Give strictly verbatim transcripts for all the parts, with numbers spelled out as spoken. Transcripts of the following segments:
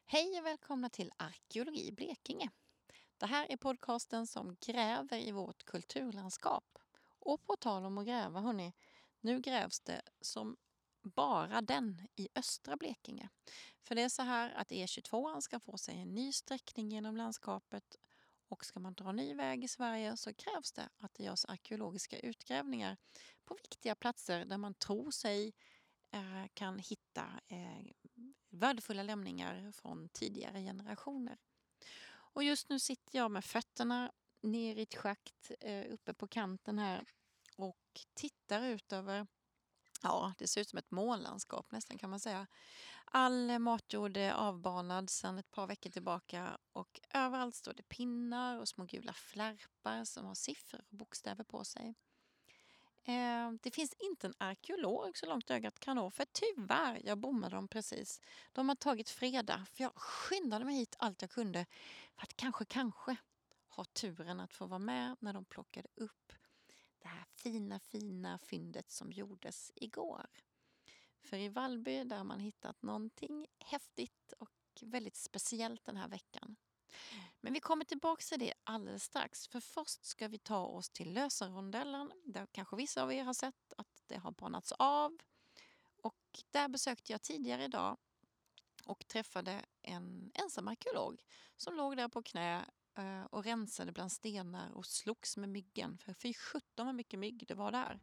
Hej och välkomna till Arkeologi i Blekinge. Det här är podcasten som gräver i vårt kulturlandskap. Och på tal om att gräva, hörni, nu grävs det som bara den i östra Blekinge. För det är så här att E tjugotvå ska få sig en ny sträckning genom landskapet, och ska man dra ny väg i Sverige så krävs det att det görs arkeologiska utgrävningar på viktiga platser där man tror sig eh, kan hitta eh, värdefulla lämningar från tidigare generationer. Och just nu sitter jag med fötterna ner i ett schakt eh, uppe på kanten här och tittar ut över, ja, det ser ut som ett månlandskap nästan, kan man säga. All matjord är avbanad sedan ett par veckor tillbaka och överallt står det pinnar och små gula flärpar som har siffror och bokstäver på sig. Eh, det finns inte en arkeolog så långt ögat kan nå, för tyvärr, jag bommade dem precis. De har tagit fredag, för jag skyndade mig hit allt jag kunde för att kanske, kanske ha turen att få vara med när de plockade upp det här fina, fina fyndet som gjordes igår. För i Vallby där har man hittat någonting häftigt och väldigt speciellt den här veckan. Men vi kommer tillbaka till det alldeles strax, för först ska vi ta oss till Lösenrondellen, där kanske vissa av er har sett att det har banats av. Och där besökte jag tidigare idag och träffade en ensam arkeolog som låg där på knä och rensade bland stenar och slogs med myggen. För fy sjutton vad mycket mygg det var där.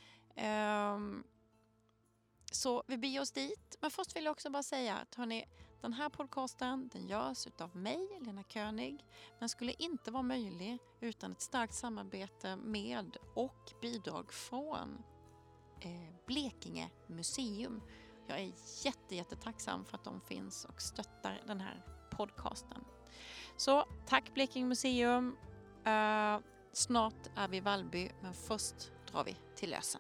Så vi beger oss dit. Men först vill jag också bara säga att hörni, den här podcasten den görs av mig, Lena König. Men skulle inte vara möjlig utan ett starkt samarbete med och bidrag från eh, Blekinge museum. Jag är jätte, jätte tacksam för att de finns och stöttar den här podcasten. Så tack Blekinge museum. Uh, snart är vi i Vallby, men först drar vi till Lösen.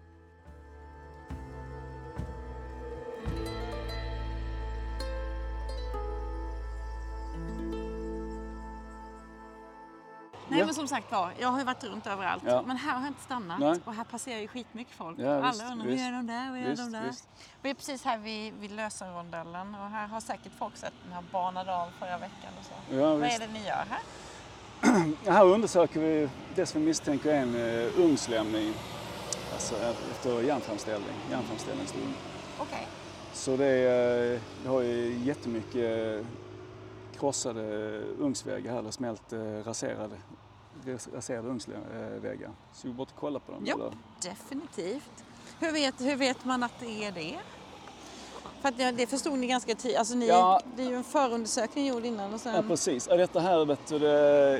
Nej, ja. Men som sagt var, jag har ju varit runt överallt. Ja. Men här har jag inte stannat. Nej. Och här passerar ju skitmycket folk. Ja, och alla undrar, hur är de där? Hur är de där? Visst. Vi är precis här vid, vid Lösenrondellen. Och här har säkert folk sett den här banade av förra veckan och så. Ja, vad visst. Är det ni gör här? Här undersöker vi det som vi misstänker är en uh, ugnslämning. Alltså efter järnframställning. Järnframställningsugn. Okej. Okay. Så det är, uh, vi har ju jättemycket uh, krossade ugnsväggar här, eller smält uh, raserade. raserade ugnsväggar. Så vi borde kolla på dem. Ja, eller? Definitivt. Hur vet, hur vet man att det är det? För att det förstod ni ganska tidigt. Alltså ni, ja, det är ju en förundersökning gjord innan. Och sen... Ja, precis. Ja, detta här vet du, det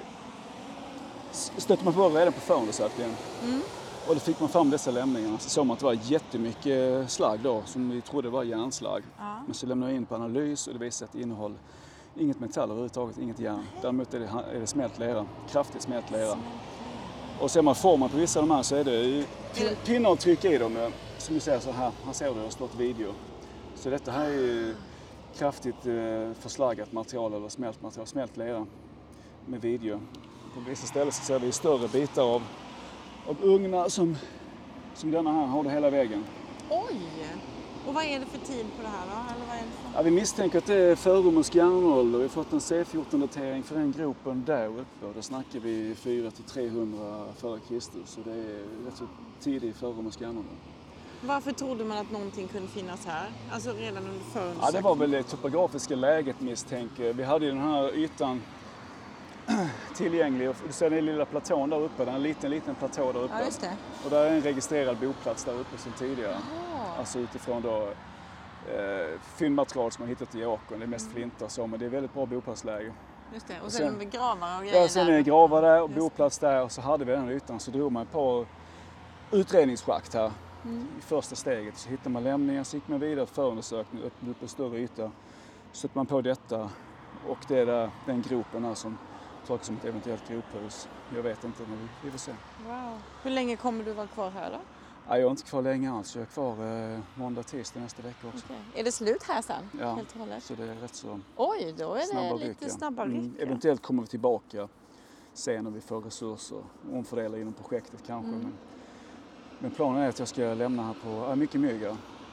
stötte man på redan på förundersökningen. Mm. Och då fick man fram dessa lämningarna. Så såg man att det var jättemycket slag då, som vi trodde var järnslag. Ja. Men så lämnade jag in på analys och det visade att innehåll inget metall överhuvudtaget, inget järn. Däremot är det, är det smält lera, kraftigt smält lera. Och ser man formen på vissa av de här så är det pinnar och tryck i dem. Som du ser så här, här ser du det har stått video. Så detta här är ju kraftigt förslagat material eller smält material, smält lera med video. På vissa ställen så ser vi större bitar av, av ugnar som, som denna här har det hela vägen. Oj! Och vad är det för tid på det här då? Eller vad är det för... Ja, vi misstänker att det är förromersk järnålder. Vi har fått en C fjorton-datering för den gropen där uppe. Då snackar vi fyra till trehundra före Kristus. Så det är rätt så tidig förromersk järnålder. Varför trodde man att någonting kunde finnas här? Alltså redan under förundersökningen? Ja, det var väl det topografiska läget misstänker. Vi hade ju den här ytan tillgänglig. Du ser den lilla platån där uppe. Det är en liten, liten platå där uppe. Ja, just det. Och där är en registrerad boplats där uppe sedan tidigare. Aha. Alltså utifrån då eh, fyndmaterial som man hittat i åkern. Det är mest flintar så, men det är väldigt bra boplatsläge. Just det. Och sen, sen gravar och grejer ja, sen är det gravar där och boplats där. Och så hade vi den ytan så drog man på utredningsschakt här. Mm. I första steget så hittade man lämningar, så gick man vidare för förundersökning, öppnade upp en större yta. Stötte man på detta och det är där, den gropen här som tolkas som ett eventuellt grophus. Jag vet inte, men vi får se. Wow. Hur länge kommer du vara kvar här då? Ja, jag är inte kvar länge alls. Jag är kvar eh, måndag, tisdag nästa vecka också. Okay. Är det slut här sen? Ja, helt och hållet? Så det är rätt så. Oj, då är det snabba lite ryck, snabba ryck. Mm, eventuellt kommer vi tillbaka sen när vi får resurser. Omfördela inom projektet kanske. Mm. Men, men planen är att jag ska lämna här på, ja, mycket mygg.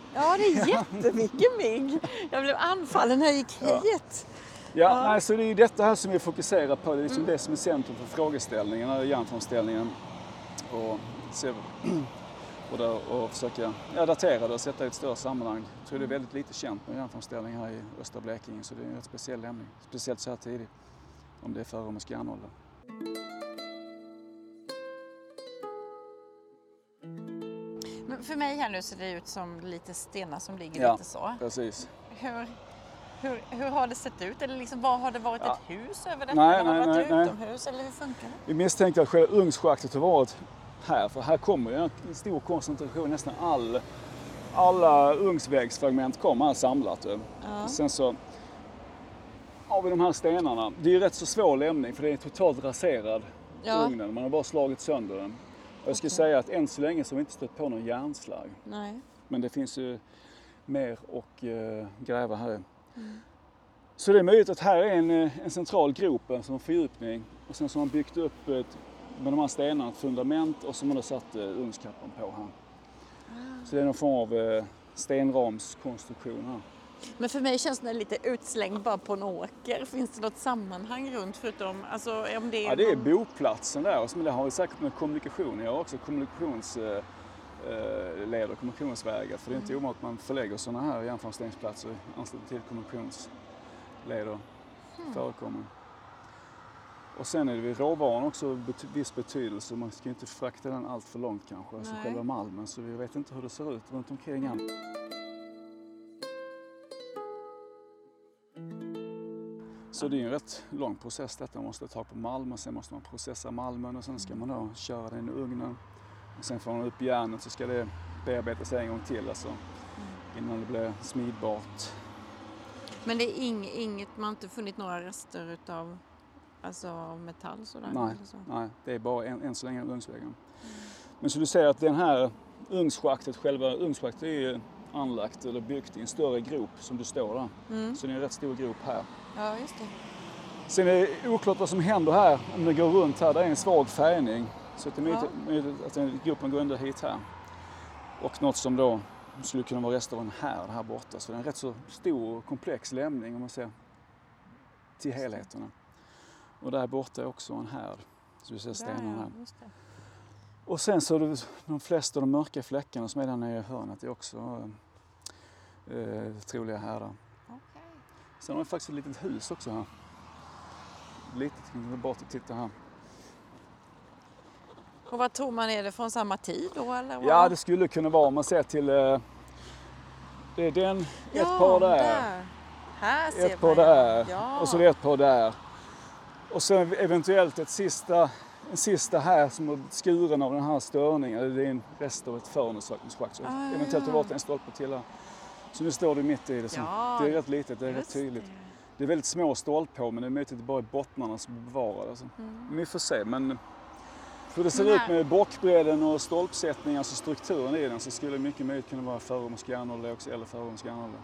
Ja, det är jättemycket mygg. Jag blev anfallen här i kriget. Ja, Ja. Nej, så det är detta här som vi fokuserar på. Det är liksom Mm. det som är centrum för frågeställningen, järnframställningen. Och, se, och, där, och försöka ja, datera det och sätta i ett större sammanhang. Jag tror det är väldigt lite känt med järnframställning här i östra Blekinge, så det är en rätt speciell lämning. Speciellt så här tidigt, om det är förromersk järnålder. Men för mig här nu ser det ut som lite stenar som ligger Ja, lite så. Precis. Hur, hur, hur har det sett ut? Eller liksom, vad har det varit Ja. ett hus över detta? Nej, eller har nej, det varit nej, utomhus? Eller hur funkar det? Vi misstänker att själva ugnsschaktet har varit här, för här kommer ju en stor koncentration, nästan all, alla ugnsvägsfragment kommer här samlat. Ja. Sen så har vi de här stenarna. Det är ju rätt så svår lämning för det är totalt raserad Ja. ugnen. Man har bara slagit sönder den. Jag skulle Okej. säga att än så länge så har vi inte stött på någon järnslag. Nej. Men det finns ju mer att uh, gräva här. Mm. Så det är möjligt att här är en, en central grop som en fördjupning. Och sen så har man byggt upp ett, med de här stenarna ett fundament och så har man då satt uh, ugnskappan på här. Ah. Så det är någon form av uh, stenramskonstruktion här. Men för mig känns det lite utslängd bara på en åker. Finns det något sammanhang runt förutom, alltså om det är Ja, det är någon... boplatsen där, men det har ju säkert med kommunikation. Jag har också kommunikationsleder och kommunikationsvägar. För det är inte ovanligt att man förlägger sådana här järnframställningsplatser i anslutning till kommunikationsleder Hmm. förekommer. Och sen är det vid råvaran också bet- viss betydelse. Man ska ju inte frakta den allt för långt kanske, alltså Nej. själva malmen. Så vi vet inte hur det ser ut runt omkring än. Så det är en rätt lång process detta. Man måste ta på malm och sen måste man processa malmen och sen ska man då köra den i ugnen. Och sen får man upp järnet så ska det bearbetas en gång till alltså, innan det blir smidbart. Men det är ing, inget, man har inte funnit några rester utav alltså metall sådär? Nej, eller så. nej, det är bara än, än så länge ugnsväggen. Mm. Men så du ser att den här ugnsschaktet, själva ugnsschaktet är ju anlagt eller byggt i en större grop som du står där. Mm. Så det är en rätt stor grop här. Ja, just det. Sen är det oklart vad som händer här om det går runt här. Det är en svag färgning. Så att det är möjligt, Ja. möjligt att den gruppen går ända hit här. Och något som då skulle kunna vara rester av en här, här borta. Så det är en rätt så stor och komplex lämning om man ser till helheterna. Och där borta är också en här. Så vi ser stenarna här. Ja, just det. Och sen så är det de flesta av de mörka fläckarna som är där nere i hörnet är också eh, troliga härdar. Okay. Sen har vi faktiskt ett litet hus också här. Litet, kan vi bort och titta här. Och vad tror man, är det från samma tid då eller? Vad? Ja, det skulle kunna vara om man ser till eh, det är den, Ja, ett par där, där. Här ser ett par man där ja. och så är det ett par där. Och sen eventuellt ett sista, en sista här som är skuren av den här störningen. Det är en rest av ett förundersökningsschakt. Så Ah, eventuellt har det varit en stolpe till här. Så nu står det mitt i det. Så Ja, det är rätt litet, det är rätt just tydligt. det. Det är väldigt små stolpar men det är möjligt att det bara är bottnarna som är bevarade. Alltså. Mm. Men vi får se. Men hur det ser Men ut här- med bockbredden och stolpsättningen, alltså strukturen i den, så skulle det mycket möjligt kunna vara förromersk järnålder också, eller förromersk järnålder.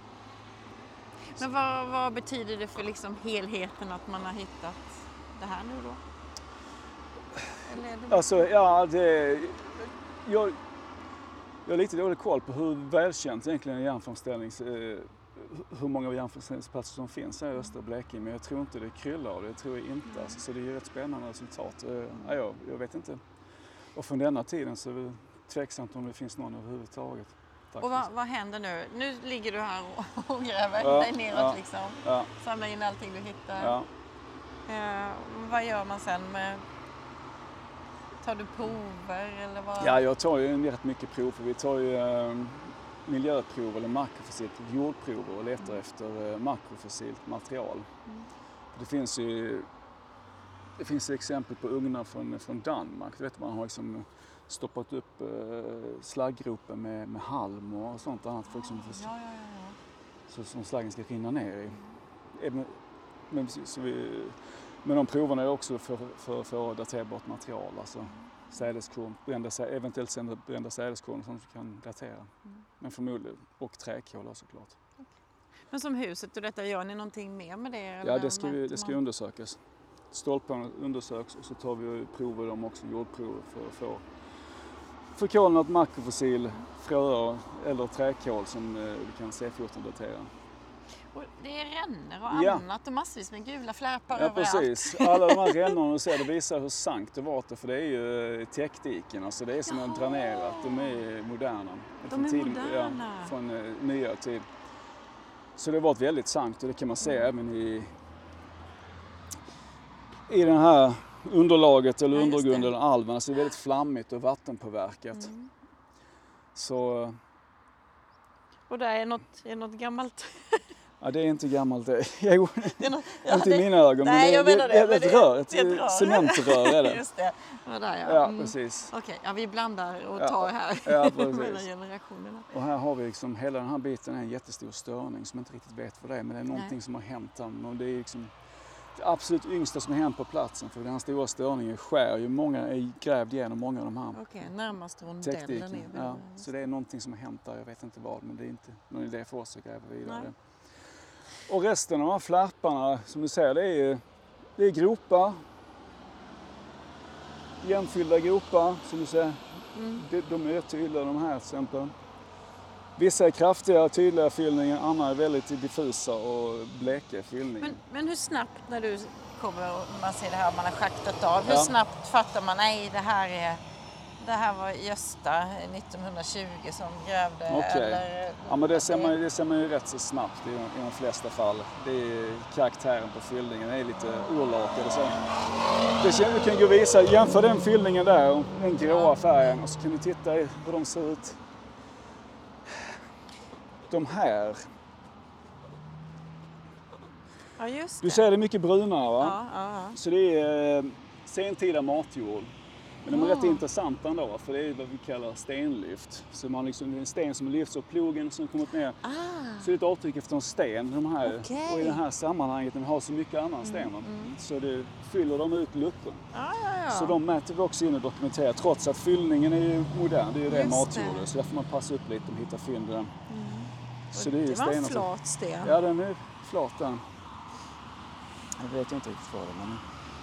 Men vad, vad betyder det för liksom helheten att man har hittat det här nu då? Eller är det... Alltså, ja, det... Jag, jag har lite dålig koll på hur välkänt egentligen järnframställnings... Eh, hur många järnframställningsplatser som finns här i östra Blekinge, men jag tror inte det kryllar av det, jag tror jag inte. Alltså, så det är ju ett spännande resultat. Eh, ja, jag, jag vet inte. Och från denna tiden så är det tveksamt om det finns någon överhuvudtaget. Faktiskt. Och vad, vad händer nu? Nu ligger du här och, och gräver Ja, dig neråt ja. liksom. Ja, Samlar in allting du hittar. ja. Eh, vad gör man sen med... Tar du prover eller vad? ja, jag tar ju rätt mycket prov. Vi tar ju eh, miljöprov eller makrofossilt jordprover och letar efter eh, makrofossilt material. Mm. Det finns ju det finns exempel på ugnar från, från Danmark. Du vet, man har liksom stoppat upp eh, slagggropen med, med halm och sånt annat för, liksom, för, Ja, ja, ja, ja. så som slaggen ska rinna ner i. Även, men, så vi, men de proverna är också för, för, för daterbart material. Alltså sädeskorn, brända, eventuellt sen brända sädeskorn som kan datera. Mm. Men förmodligen, och träkål såklart. Men som huset och detta, gör ni någonting mer med det? Ja, eller det ska, vi, mäter det ska man? undersökas. Stolparna undersöks och så tar vi prover dem också, jordprover för att få, förkolnat något makrofossil, fröer eller träkol som vi kan se fotodatera. Och det är rännor och Ja. annat och massvis med gula flärpar Ja, överallt. precis. Alla de här rännorna du ser, det visar hur sankt det var, för det är ju täckdiken, alltså det är som en dränerat. De är moderna. De är tid, moderna. Ja, från uh, nyare tid. Så det har varit väldigt sankt och det kan man se mm. även i i den här underlaget eller ja, undergrunden av alven. Alltså det är väldigt flammigt och vattenpåverkat. Mm. Så... Och där är något, är något gammalt... Ja, det är inte gammalt det. Jo, det är något, ja, inte i mina ögon, nej, men det, det, det, det, det, ett rör, ett, det är ett rör. Cementrör är det. Just det. Ja, där, ja. Ja, mm. precis. Okej, okay, ja, vi blandar och tar ja. här Ja, mellan generationerna. Och här har vi liksom, hela den här biten är en jättestor störning som inte riktigt vet vad det är, men det är någonting nej. Som har hänt där. Och det är liksom det absolut yngsta som har hänt på platsen, för den här stora störningen skär ju, många är grävd igenom många av de här. Okej, okay, närmast rondellen är ja, så det är någonting som har hänt där, jag vet inte vad, men det är inte någon idé för oss att gräva vidare. Nej. Och resten av de här flärparna, som du ser, det är ju det är gropar. Jämfyllda gropar, som du ser. Mm. De, de är tydliga, de här till exempel. Vissa är kraftiga, tydliga fyllningar, andra är väldigt diffusa och bleka fyllningar. Men, men hur snabbt när du kommer och man ser det här, man har schaktat av, hur ja. snabbt fattar man, nej det här är... Det här var Gösta nittonhundratjugo som grävde. Okay. Eller, ja, men det ser, man, det ser man ju rätt så snabbt i, i de flesta fall. Det är karaktären på fyllningen, det är lite urlakad. Så. Det känns, du kan gå och visa, jämför den fyllningen där, den gråa färgen, och så kan du titta hur de ser ut. De här. Ja, just det. Du ser det mycket brunare, va? Ja, ja, ja. Så det är eh, sentida matjord. Men de är ja. rätt intressanta ändå, för det är vad vi kallar stenlyft. Så man liksom, det är en sten som lyfts av plogen som kommit ner. Ah. Så det är ett avtryck efter en sten. De här. Okay. Och i det här sammanhanget, de har så mycket annan sten. Mm, mm. Så det fyller de ut luckor. Ah, ja, ja. Så de mäter vi också in och dokumenterar, trots att fyllningen är ju modern. Det är ju det matjorden. Så där får man passa upp lite och hitta fynden. Mm. Så det, är det var en flat sten. Ja, den är flat den. Jag vet inte riktigt vad det är, men...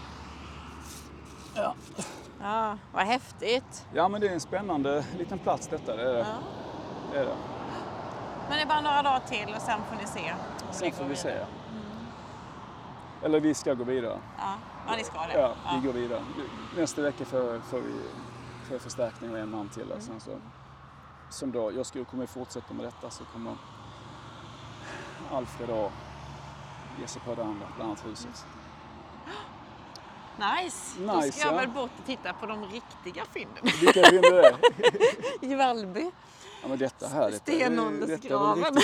Ja. Ja, vad häftigt. Ja, men det är en spännande liten plats detta, det är det. Ja. Det är det. Men det är bara några dagar till och sen får ni se. Sen får vi se. Mm. Eller vi ska gå vidare. Ja, ja ni ska det. Ja, vi ja. går vidare. Nästa vecka får, får vi får förstärkning och en man till. Mm. Sen så, som då, jag skulle komma fortsätta med detta, så kommer Alfred då ge sig på det andra, bland annat huset. Nice. nice. Då ska jag ja. väl bort och titta på de riktiga fynden. Vilka fynd är det? I Vallby. Ja, men detta här. Detta, Stenåldersgraven.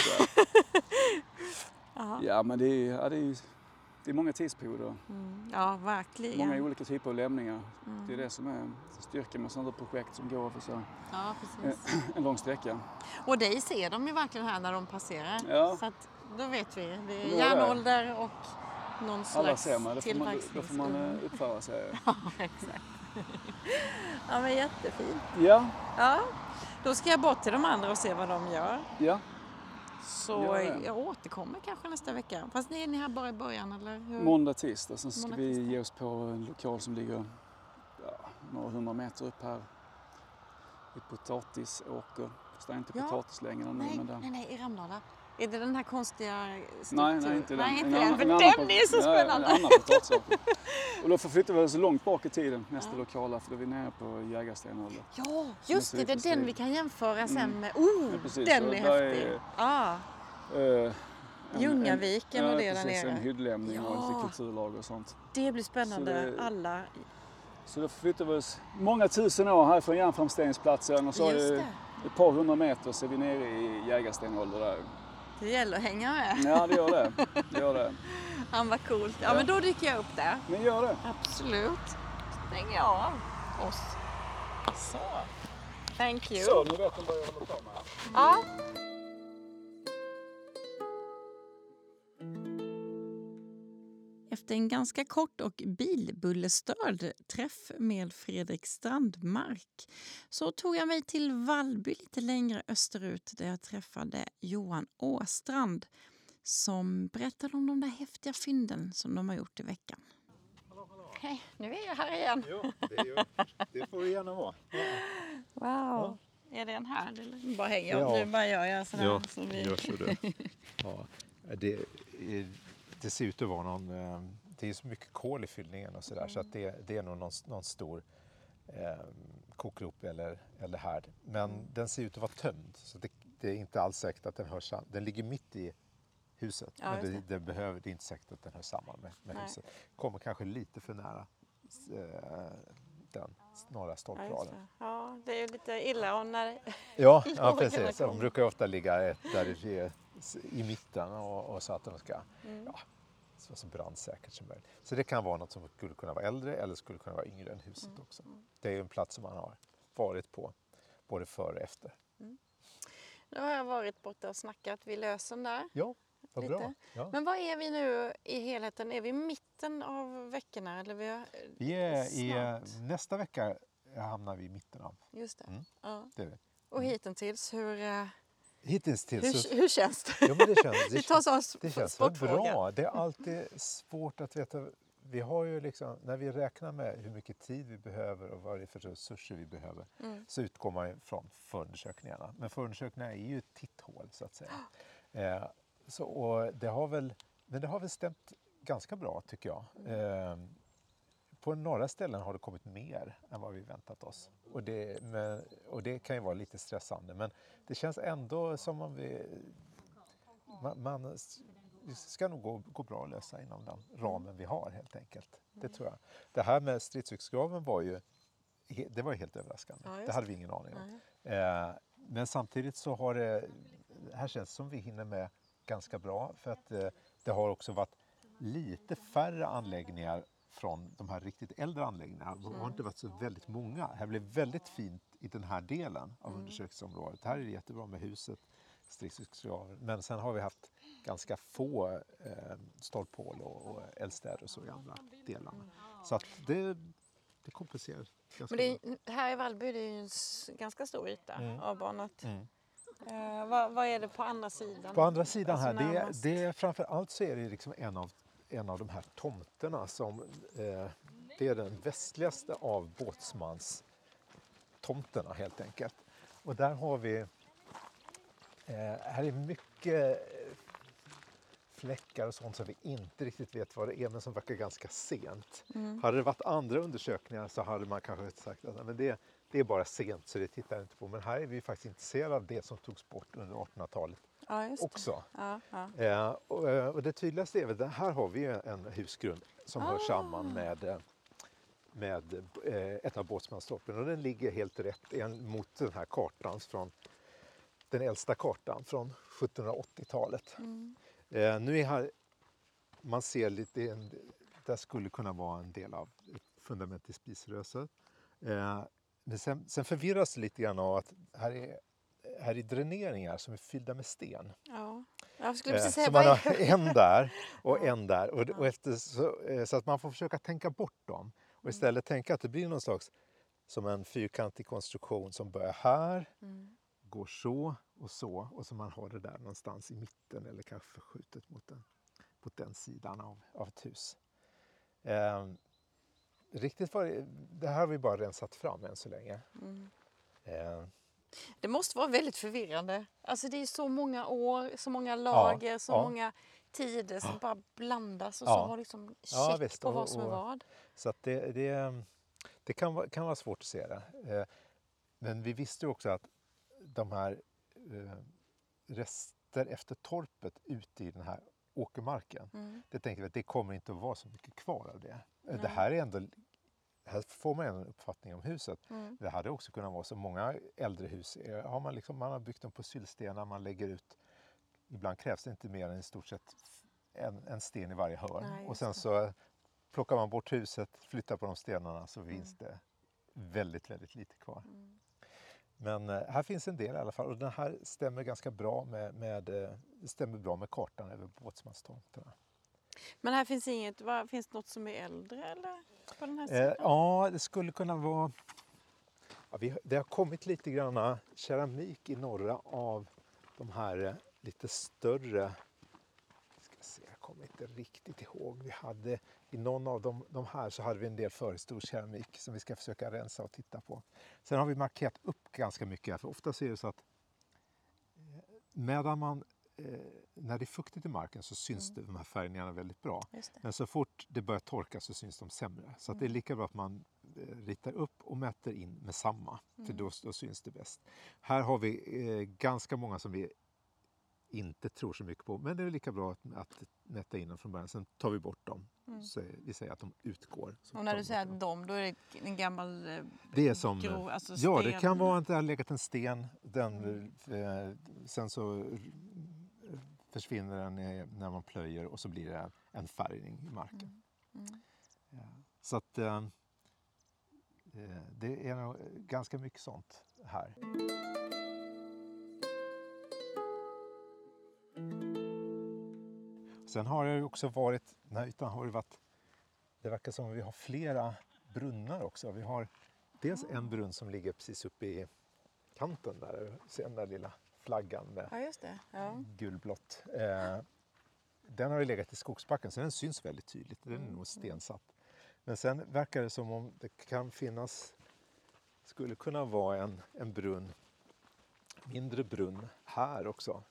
Ja, men det är, ja, det är, det är många tidsperioder. Mm. Ja, verkligen. Många olika typer av lämningar. Mm. Det är det som är styrkan med sådana projekt som går över så ja, precis. En, en lång sträcka. Och det ser de ju verkligen här när de passerar. Ja. Så att då vet vi. Det är järnålder och någon slags alla ser man, då får man, då får man uppföra sig. Ja, exakt. Ja, men jättefint. Ja. Ja, då ska jag bort till de andra och se vad de gör. Ja. Så jag återkommer kanske nästa vecka. Fast är ni här bara i början, eller hur? Måndag, tisdag. Sen ska Måndag, vi tisdag. ge oss på en lokal som ligger ja, några hundra meter upp här. I potatisåker. Fast det är inte ja. potatis längre nu. Nej, men där. nej, nej, i Ramlala. Är det den här konstiga strukturen? Nej, nej, inte den. Nej, inte en den, för annan, den är så spännande. Ja, en annan potatisåker. Och då förflyttar vi oss långt bak i tiden, nästa ja. lokala, för då är vi nere på Jägarstenåldern. Ja, just det, det är den stil. vi kan jämföra sen mm. med. Oh, ja, den är häftig. Är, ah. uh, Ljungaviken och det ja, där precis, nere. En hyddlämning ja. och lite kulturlag och sånt. Det blir spännande, så det, alla. Så då förflyttar vi oss många tusen år här från järnframställningsplatsen och så är det ett par hundra meter så är vi nere i Jägarstenålder där. Det gäller att hänga med. Ja, det gör det. Det gör det. Han var coolt. Ja, ja, men då dyker jag upp där. Men gör det. Absolut. Stänger jag av oss. Så. Thank you. Så, nu vet de vad jag håller på med. Ja. Efter en ganska kort och bilbullestörd träff med Fredrik Strandmark så tog jag mig till Vallby lite längre österut där jag träffade Johan Åstrand som berättade om de där häftiga fynden som de har gjort i veckan. Hallå, hallå. Hej, nu är jag här igen. Ja, det, är ju, det får det gärna vara. Wow. Ja. Är det en här? Eller? Bara hänger jag. Ja. Nu bara gör jag så här. Ja, som vi... gör så det. Ja, det, det ser ut att vara någon... Det är så mycket kol i fyllningen och sådär. Mm. Så att det, det är nog någon, någon stor eh, kokgrop eller, eller härd. Men mm. den ser ut att vara tömd. Så det, det är inte alls säkert att den hör samman. Den ligger mitt i huset. Ja, men det, det. Det, behöver, det är inte säkert att den hör samman med, med huset. Kommer kanske lite för nära eh, den norra stolpraden. Ja, ja, det är ju lite illa om när... Ja, ja precis. De brukar ofta ligga ett där i, i mitten och, och så att de ska mm. ja, så, så brandsäkert som möjligt. Så det kan vara något som skulle kunna vara äldre eller skulle kunna vara yngre än huset mm. också. Det är ju en plats som man har varit på både före och efter. Mm. Nu har jag varit borta och snackat vid Lösen där. Ja, vad bra. Ja. Men vad är vi nu i helheten? Är vi i mitten av veckorna? Eller vi, har, vi är i nästa vecka hamnar vi i mitten av. Just det. Mm. Ja. Det är vi. Mm. Och hittills, hur, hittills hur, så... hur känns det? Ja, men det känns, det vi tar så känns, det känns bra. Det är alltid svårt att veta. Vi har ju liksom, när vi räknar med hur mycket tid vi behöver och vad det är för resurser vi behöver mm. så utgår man ju från förundersökningarna. Men förundersökningarna är ju ett titthål så att säga. eh, så, och det har väl, men det har väl stämt ganska bra tycker jag. Eh, på några ställen har det kommit mer än vad vi väntat oss. Och det, men, och det kan ju vara lite stressande. Men det känns ändå som om vi... Man, man ska nog gå, gå bra att lösa inom den ramen vi har helt enkelt. Det tror jag. Det här med stridsyxgraven var ju... Det var ju helt överraskande. Ja, det hade vi ingen aning om. Eh, men samtidigt så har det... Här känns det som vi hinner med ganska bra. För att eh, det har också varit lite färre anläggningar från de här riktigt äldre anläggningarna. Det har inte varit så väldigt många. Det här blev väldigt fint i den här delen av mm. undersökningsområdet. Här är det jättebra med huset, stridsyxgraven. Men sen har vi haft ganska få eh, stolphål och, och eldstäder och så i andra delarna. Så att det, det kompenserar ganska Men det, här i Vallby är det ju en ganska stor yta mm. avbanat. Mm. Uh, vad, vad är det på andra sidan? På andra sidan alltså här, det, det är framför allt så är det liksom en av en av de här tomterna som eh, det är den västligaste av Båtsmans tomterna helt enkelt. Och där har vi eh, här är mycket fläckar och sånt som vi inte riktigt vet vad det är men som verkar ganska sent. Mm. Hade det varit andra undersökningar så hade man kanske sagt att men det, det är bara sent så det tittar jag inte på. Men här är vi faktiskt intresserade av det som togs bort under artonhundratalet. Ja, just det. Också. Ja, ja. Eh, och, och det tydligaste är att här har vi en husgrund som ah. hör samman med, med eh, ett av Båtsmanstorpen och den ligger helt rätt en, mot den här kartan från den äldsta kartan från sjuttonhundraåttiotalet. Mm. Eh, nu är här, man ser lite, en, det skulle kunna vara en del av ett fundament i Spisröset. Eh, men sen, sen förvirras det lite grann av att här är här är dräneringar som är fyllda med sten. Ja. Jag skulle precis säga så man har en där och en där. Och, och efter, så, så att man får försöka tänka bort dem. Och istället mm. tänka att det blir någon slags som en fyrkantig konstruktion som börjar här, mm. går så och så. Och så man har det där någonstans i mitten eller kanske förskjutet mot den, mot den sidan av, av ett hus. Eh, riktigt var det, det här har vi bara rensat fram än så länge. Mm. Eh, Det måste vara väldigt förvirrande. Alltså det är så många år, så många lager, ja, så ja. många tider som ja. bara blandas och ja. så har liksom check ja, visst, på vad som är vad. Så att det, det, det kan, vara, kan vara svårt att se det. Men vi visste ju också att de här rester efter torpet ute i den här åkermarken, mm. det tänkte vi att det kommer inte att vara så mycket kvar av det. Nej. Det här är ändå... Här får man en uppfattning om huset. Mm. Det hade också kunnat vara så många äldre hus. Har man, liksom, man har byggt dem på sylstenar, man lägger ut. Ibland krävs det inte mer än i stort sett en, en sten i varje hörn. Nej, och sen så plockar man bort huset, flyttar på de stenarna så mm. finns det väldigt, väldigt lite kvar. Mm. Men här finns en del i alla fall. Och den här stämmer ganska bra med, med, stämmer bra med kartan över Båtsmanstomterna. Men här finns inget, vad, finns det något som är äldre eller på den här sidan? Eh, ja, det skulle kunna vara, ja, vi, det har kommit lite grann keramik i norra av de här lite större, ska se, jag kommer inte riktigt ihåg ihåg. Vi hade, i någon av de, de här så hade vi en del förhistorisk keramik som vi ska försöka rensa och titta på. Sen har vi markerat upp ganska mycket här, för ofta så är det så att medan man, eh, när det är fuktigt i marken så syns mm. det, de här färgerna väldigt bra. Men så fort det börjar torka så syns de sämre. Så att det är lika bra att man eh, ritar upp och mäter in med samma, mm. för då, då syns det bäst. Här har vi eh, ganska många som vi inte tror så mycket på, men det är lika bra att, att mäta in dem från början. Sen tar vi bort dem. Mm. Så vi säger att de utgår. Och när du säger att de, då är det en gammal eh, det är som, grov, alltså ja, det kan vara att det har legat en sten. Den, mm. eh, sen så försvinner den när man plöjer och så blir det en färgning i marken. Mm. Mm. Ja. Så att eh, det är nog ganska mycket sånt här. Sen har det också varit, nej, utan har det varit, det verkar som att vi har flera brunnar också. Vi har dels en brunn som ligger precis uppe i kanten där, ser den där lilla flaggan med ja, just det. Ja. gulblått. Eh, den har ju legat i skogsbacken så den syns väldigt tydligt, den är nog stensatt. Men sen verkar det som om det kan finnas, skulle kunna vara en, en brunn, mindre brunn här också.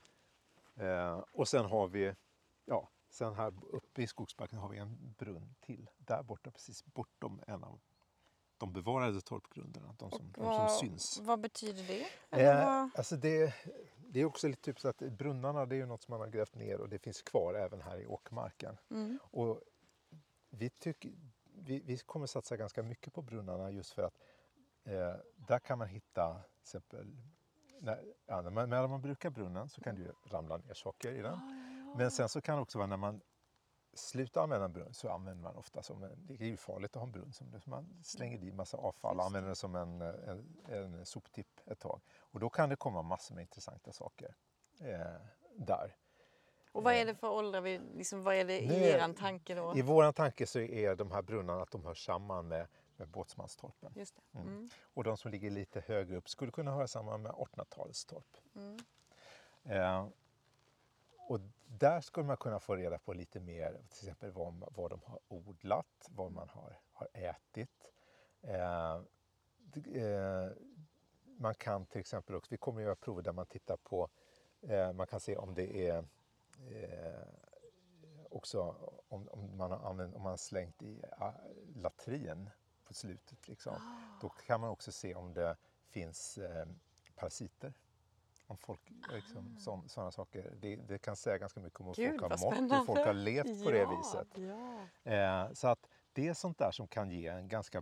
Eh, och sen har vi, ja, sen här uppe i skogsbacken har vi en brunn till. Där borta, precis bortom en av de bevarade torpgrunderna, de som, de vad, som syns. Vad betyder det? Eh, alltså det, det är också lite typ så att brunnarna, det är ju något som man har grävt ner och det finns kvar även här i åkermarken. Mm. Och vi, tycker, vi, vi kommer satsa ganska mycket på brunnarna just för att eh, där kan man hitta till exempel, när, ja, när, man, när man brukar brunnen så kan det ju ramla ner saker i den. Oh, ja. Men sen så kan det också vara när man slutar använda en brunn så använder man ofta som en, det är ju farligt att ha en brunn som det, man slänger i massa avfall och använder det som en, en, en soptipp ett tag. Och då kan det komma massor med intressanta saker eh, där. Och vad är det för åldrar, vi, liksom, vad är det i er tanke då? I våran tanke så är de här brunnarna att de hör samman med, med Båtsmanstorpen. Just det. Mm. Mm. Och de som ligger lite högre upp skulle kunna höra samman med artonhundratalstorp. Mm. Eh, och där skulle man kunna få reda på lite mer, till exempel vad, vad de har odlat, vad man har, har ätit. Eh, eh, man kan till exempel också, vi kommer att göra prover där man tittar på, eh, man kan se om det är eh, också om, om man har använt, om man har slängt i uh, latrin på slutet liksom. Oh. Då kan man också se om det finns eh, parasiter. Om folk, liksom, ah. sådana saker. Det, det kan säga ganska mycket om hur Gud, folk har mått, hur folk har levt på ja, det viset. Ja. Eh, så att det är sånt där som kan ge en ganska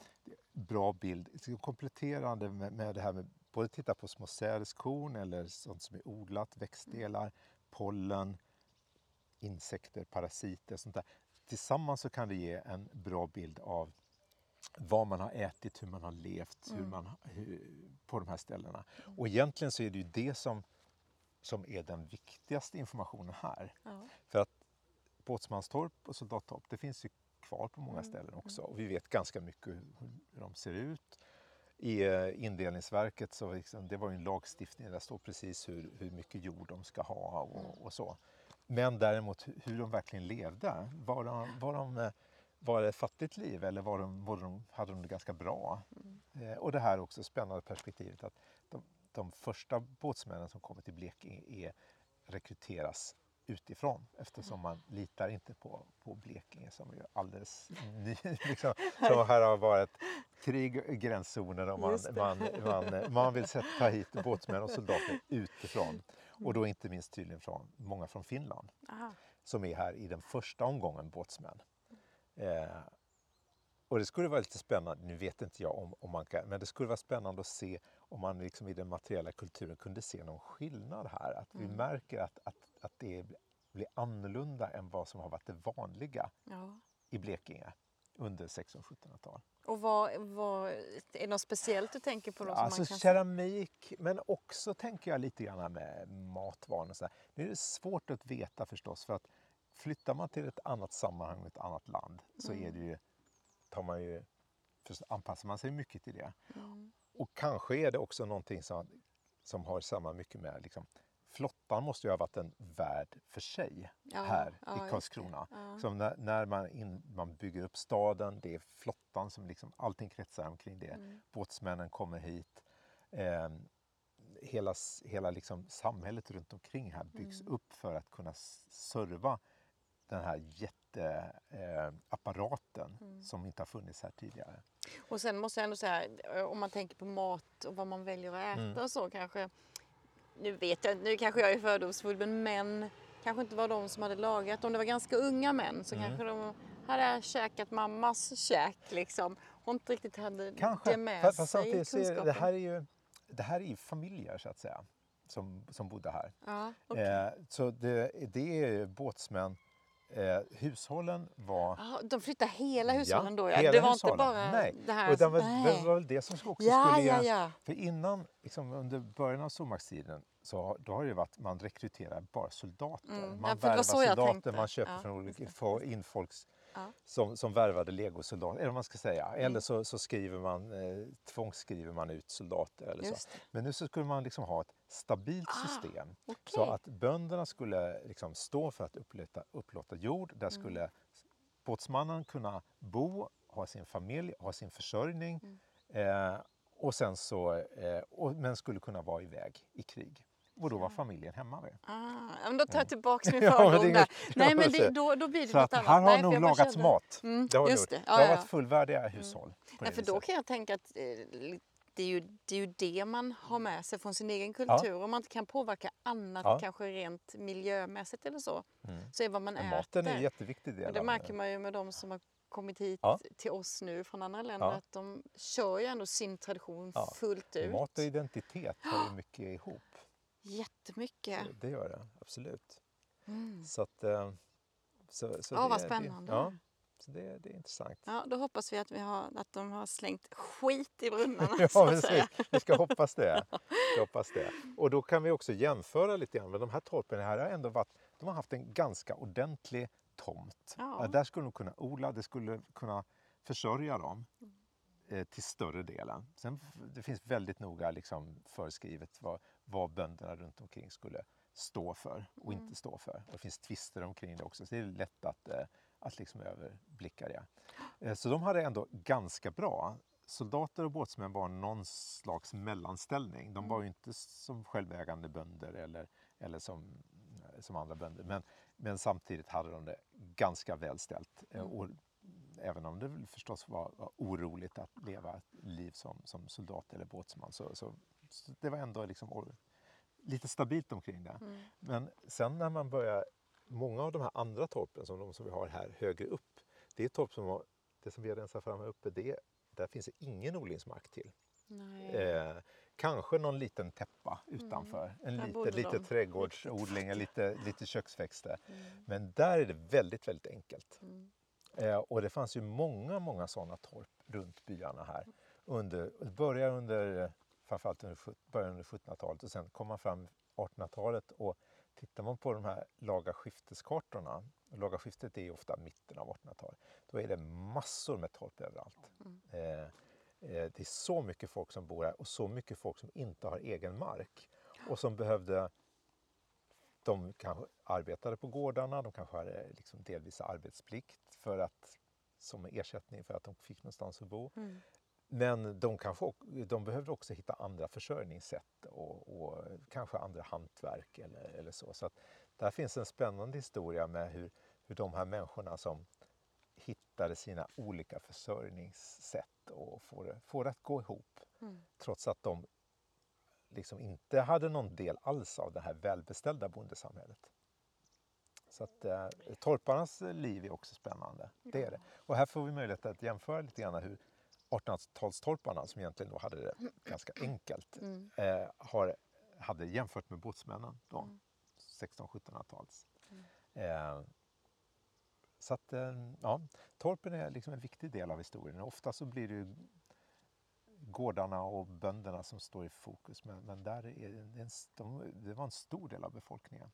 bra bild. Kompletterande med, med det här med både titta på små sädeskorn eller sånt som är odlat, växtdelar, mm. pollen, insekter, parasiter, sånt där. Tillsammans så kan det ge en bra bild av vad man har ätit, hur man har levt mm. hur man, hur, på de här ställena. Mm. Och egentligen så är det ju det som, som är den viktigaste informationen här. Ja. För att Båtsmanstorp och Soldattorp, det finns ju kvar på många mm. ställen också. Och vi vet ganska mycket hur, hur de ser ut. I uh, indelningsverket så liksom, det var ju en lagstiftning där står precis hur, hur mycket jord de ska ha och, mm. och så. Men däremot hur de verkligen levde, var de, var de var det ett fattigt liv eller var de, var de, hade de det ganska bra? Mm. Eh, och det här är också spännande perspektivet att de, de första båtsmännen som kommer till Blekinge är, rekryteras utifrån eftersom man litar inte på, på Blekinge som är alldeles ny. Liksom. Så här har varit krig i gränszoner och man, man, man, man vill ta hit båtsmän och soldater utifrån. Och då inte minst tydligen från, många från Finland. Aha. Som är här i den första omgången båtsmän. Eh, och det skulle vara lite spännande, nu vet inte jag om, om man kan, men det skulle vara spännande att se om man liksom i den materiella kulturen kunde se någon skillnad här. Att vi mm. märker att, att, att det blir annorlunda än vad som har varit det vanliga ja. i Blekinge under sextonhundra- och sjuttonhundratal. Och vad, vad, är det något speciellt du tänker på? Då, som alltså man kan keramik, se? Men också tänker jag lite grann med matvanor och så där. Nu är det svårt att veta förstås, för att flyttar man till ett annat sammanhang, ett annat land, så mm. är det ju, tar man ju, anpassar man sig mycket till det. Mm. Och kanske är det också någonting som, som har samma mycket med liksom, flottan måste ju ha varit en värld för sig Ja, här ja, i Karlskrona. Ja. Så när, när man, in, man bygger upp staden, det är flottan som liksom, allting kretsar omkring det. Mm. Båtsmännen kommer hit. Eh, hela hela liksom samhället runt omkring här byggs Mm. upp för att kunna serva den här jätteapparaten eh, Mm. som inte har funnits här tidigare. Och sen måste jag ändå säga, om man tänker på mat och vad man väljer att äta Mm. och så kanske, nu vet jag, nu kanske jag är fördomsfull, men män kanske inte var de som hade lagat. Om det var ganska unga män så Mm. kanske de hade käkat mammas käk liksom. Och inte riktigt hade Kanske, det med fast, fast sig samtidigt så är kunskapen. det, det här är ju det här är ju familjer så att säga som, som bodde här. Ja, okay. Eh, så det, det är båtsmän. Eh, hushållen var... Ah, de flyttade hela hushållen ja, då? Ja. Hela det var hushållen. inte bara Nej. det här? Och det var, Nej. det var väl det som också ja, skulle... Ja, ja. För innan, liksom, under början av stormaktstiden, så då har det varit man rekryterar bara soldater. Mm. Man Ja, för det var värvar så jag soldater, tänkte. man köper Ja, från olika, just det, får just det. in folks Ja. som, som värvade legosoldater, eller vad man ska säga. Mm. Eller så, så skriver man, eh, tvångsskriver man ut soldater eller så. Just det. Men nu så skulle man liksom ha ett stabilt Ah, system. okej. Så att bönderna skulle liksom stå för att upplåta, upplåta jord. Där skulle Mm. båtsmannen kunna bo, ha sin familj, ha sin försörjning. Mm. Eh, och sen så, eh, och, men skulle kunna vara iväg i krig. Och då var familjen hemma med. Ah, ja, men då tar jag tillbaka min Ja, men fördom det är där. inget- Nej, men Ja, det, då, då blir det Så något att annat. här har Nej, för nog jag bara lagats kände- mat. Mm, Det har, just det. det. det Ja, har ja. varit fullvärdiga hushåll. På det Nej, för viset. då kan jag tänka att eh, det är, ju, det är ju det man har med sig från sin egen kultur. Om man inte kan påverka annat, Ja. kanske rent miljömässigt eller så, Mm. så är vad man Men äter. maten är en jätteviktig del. Och det av märker man ju med de som har kommit hit Ja. till oss nu från andra länder, Ja. att de kör ju ändå sin tradition Ja. fullt ut. Mat och identitet hör ju mycket ihop. Jättemycket. Det, det gör det, absolut. Mm. Så att, eh, så, så Ja, det, vad spännande. Det, ja, så det, det är intressant. Ja, då hoppas vi att, vi har, att de har slängt skit i brunnarna. Ja, så att precis. säga. Vi ska hoppas det. Vi ska hoppas det. Och då kan vi också jämföra lite grann med de här torpen här har ändå varit, de har haft en ganska ordentlig tomt. Ja. Där skulle de kunna odla, det skulle kunna försörja dem eh, till större delen. Sen det finns väldigt noga liksom föreskrivet vad, vad bönderna runt omkring skulle stå för och Mm. inte stå för. Och det finns tvister omkring det också, så det är lätt att, eh, att liksom överblicka det. Eh, så de hade ändå ganska bra. Soldater och båtsmän var någon slags mellanställning. De var ju inte som självägande bönder eller, eller som, som andra bönder. Men, men samtidigt hade de det ganska välställt. Eh, och, även om det förstås var, var oroligt att leva ett liv som, som soldat eller båtsman. Så, så, så det var ändå liksom lite stabilt omkring det. Mm. Men sen när man börjar, många av de här andra torpen som de som vi har här högre upp, det är torp som har, det som vi har rensat fram här uppe, det, där finns det ingen odlingsmark till. Nej. Eh, kanske någon liten täppa utanför, Mm. en Där lite, bodde lite de. trädgårdsodling, lite, lite köksväxter. Mm. Men där är det väldigt, väldigt enkelt. Mm. Eh, och det fanns ju många, många sådana torp runt byarna här. Under, det började under, framförallt under, började under sjuttonhundratalet och sen kom man fram artonhundratalet och tittar man på de här laga skifteskartorna, laga skiftet är ju ofta mitten av artonhundratalet, då är det massor med torp överallt. Mm. Eh, eh, det är så mycket folk som bor här och så mycket folk som inte har egen mark och som behövde, de kanske arbetade på gårdarna, de kanske hade liksom delvis arbetsplikt för att, som ersättning för att de fick någonstans att bo. Mm. Men de, kanske, de behövde också hitta andra försörjningssätt och, och kanske andra hantverk eller, eller så. Så att där finns en spännande historia med hur, hur de här människorna som hittade sina olika försörjningssätt och får det, får det att gå ihop. Mm. Trots att de liksom inte hade någon del alls av det här välbeställda bondesamhället. Så att eh, torparnas liv är också spännande. Det är det. Och här får vi möjlighet att jämföra lite grann hur artonhundratalstorparna, som egentligen då hade det ganska enkelt, Mm. eh, har, hade jämfört med båtsmännen då, Mm. sextonhundra-sjuttonhundratals. Mm. Eh, så att, eh, ja, torpen är liksom en viktig del av historien. Ofta så blir det ju gårdarna och bönderna som står i fokus, men, men där är det, en, de, det var en stor del av befolkningen.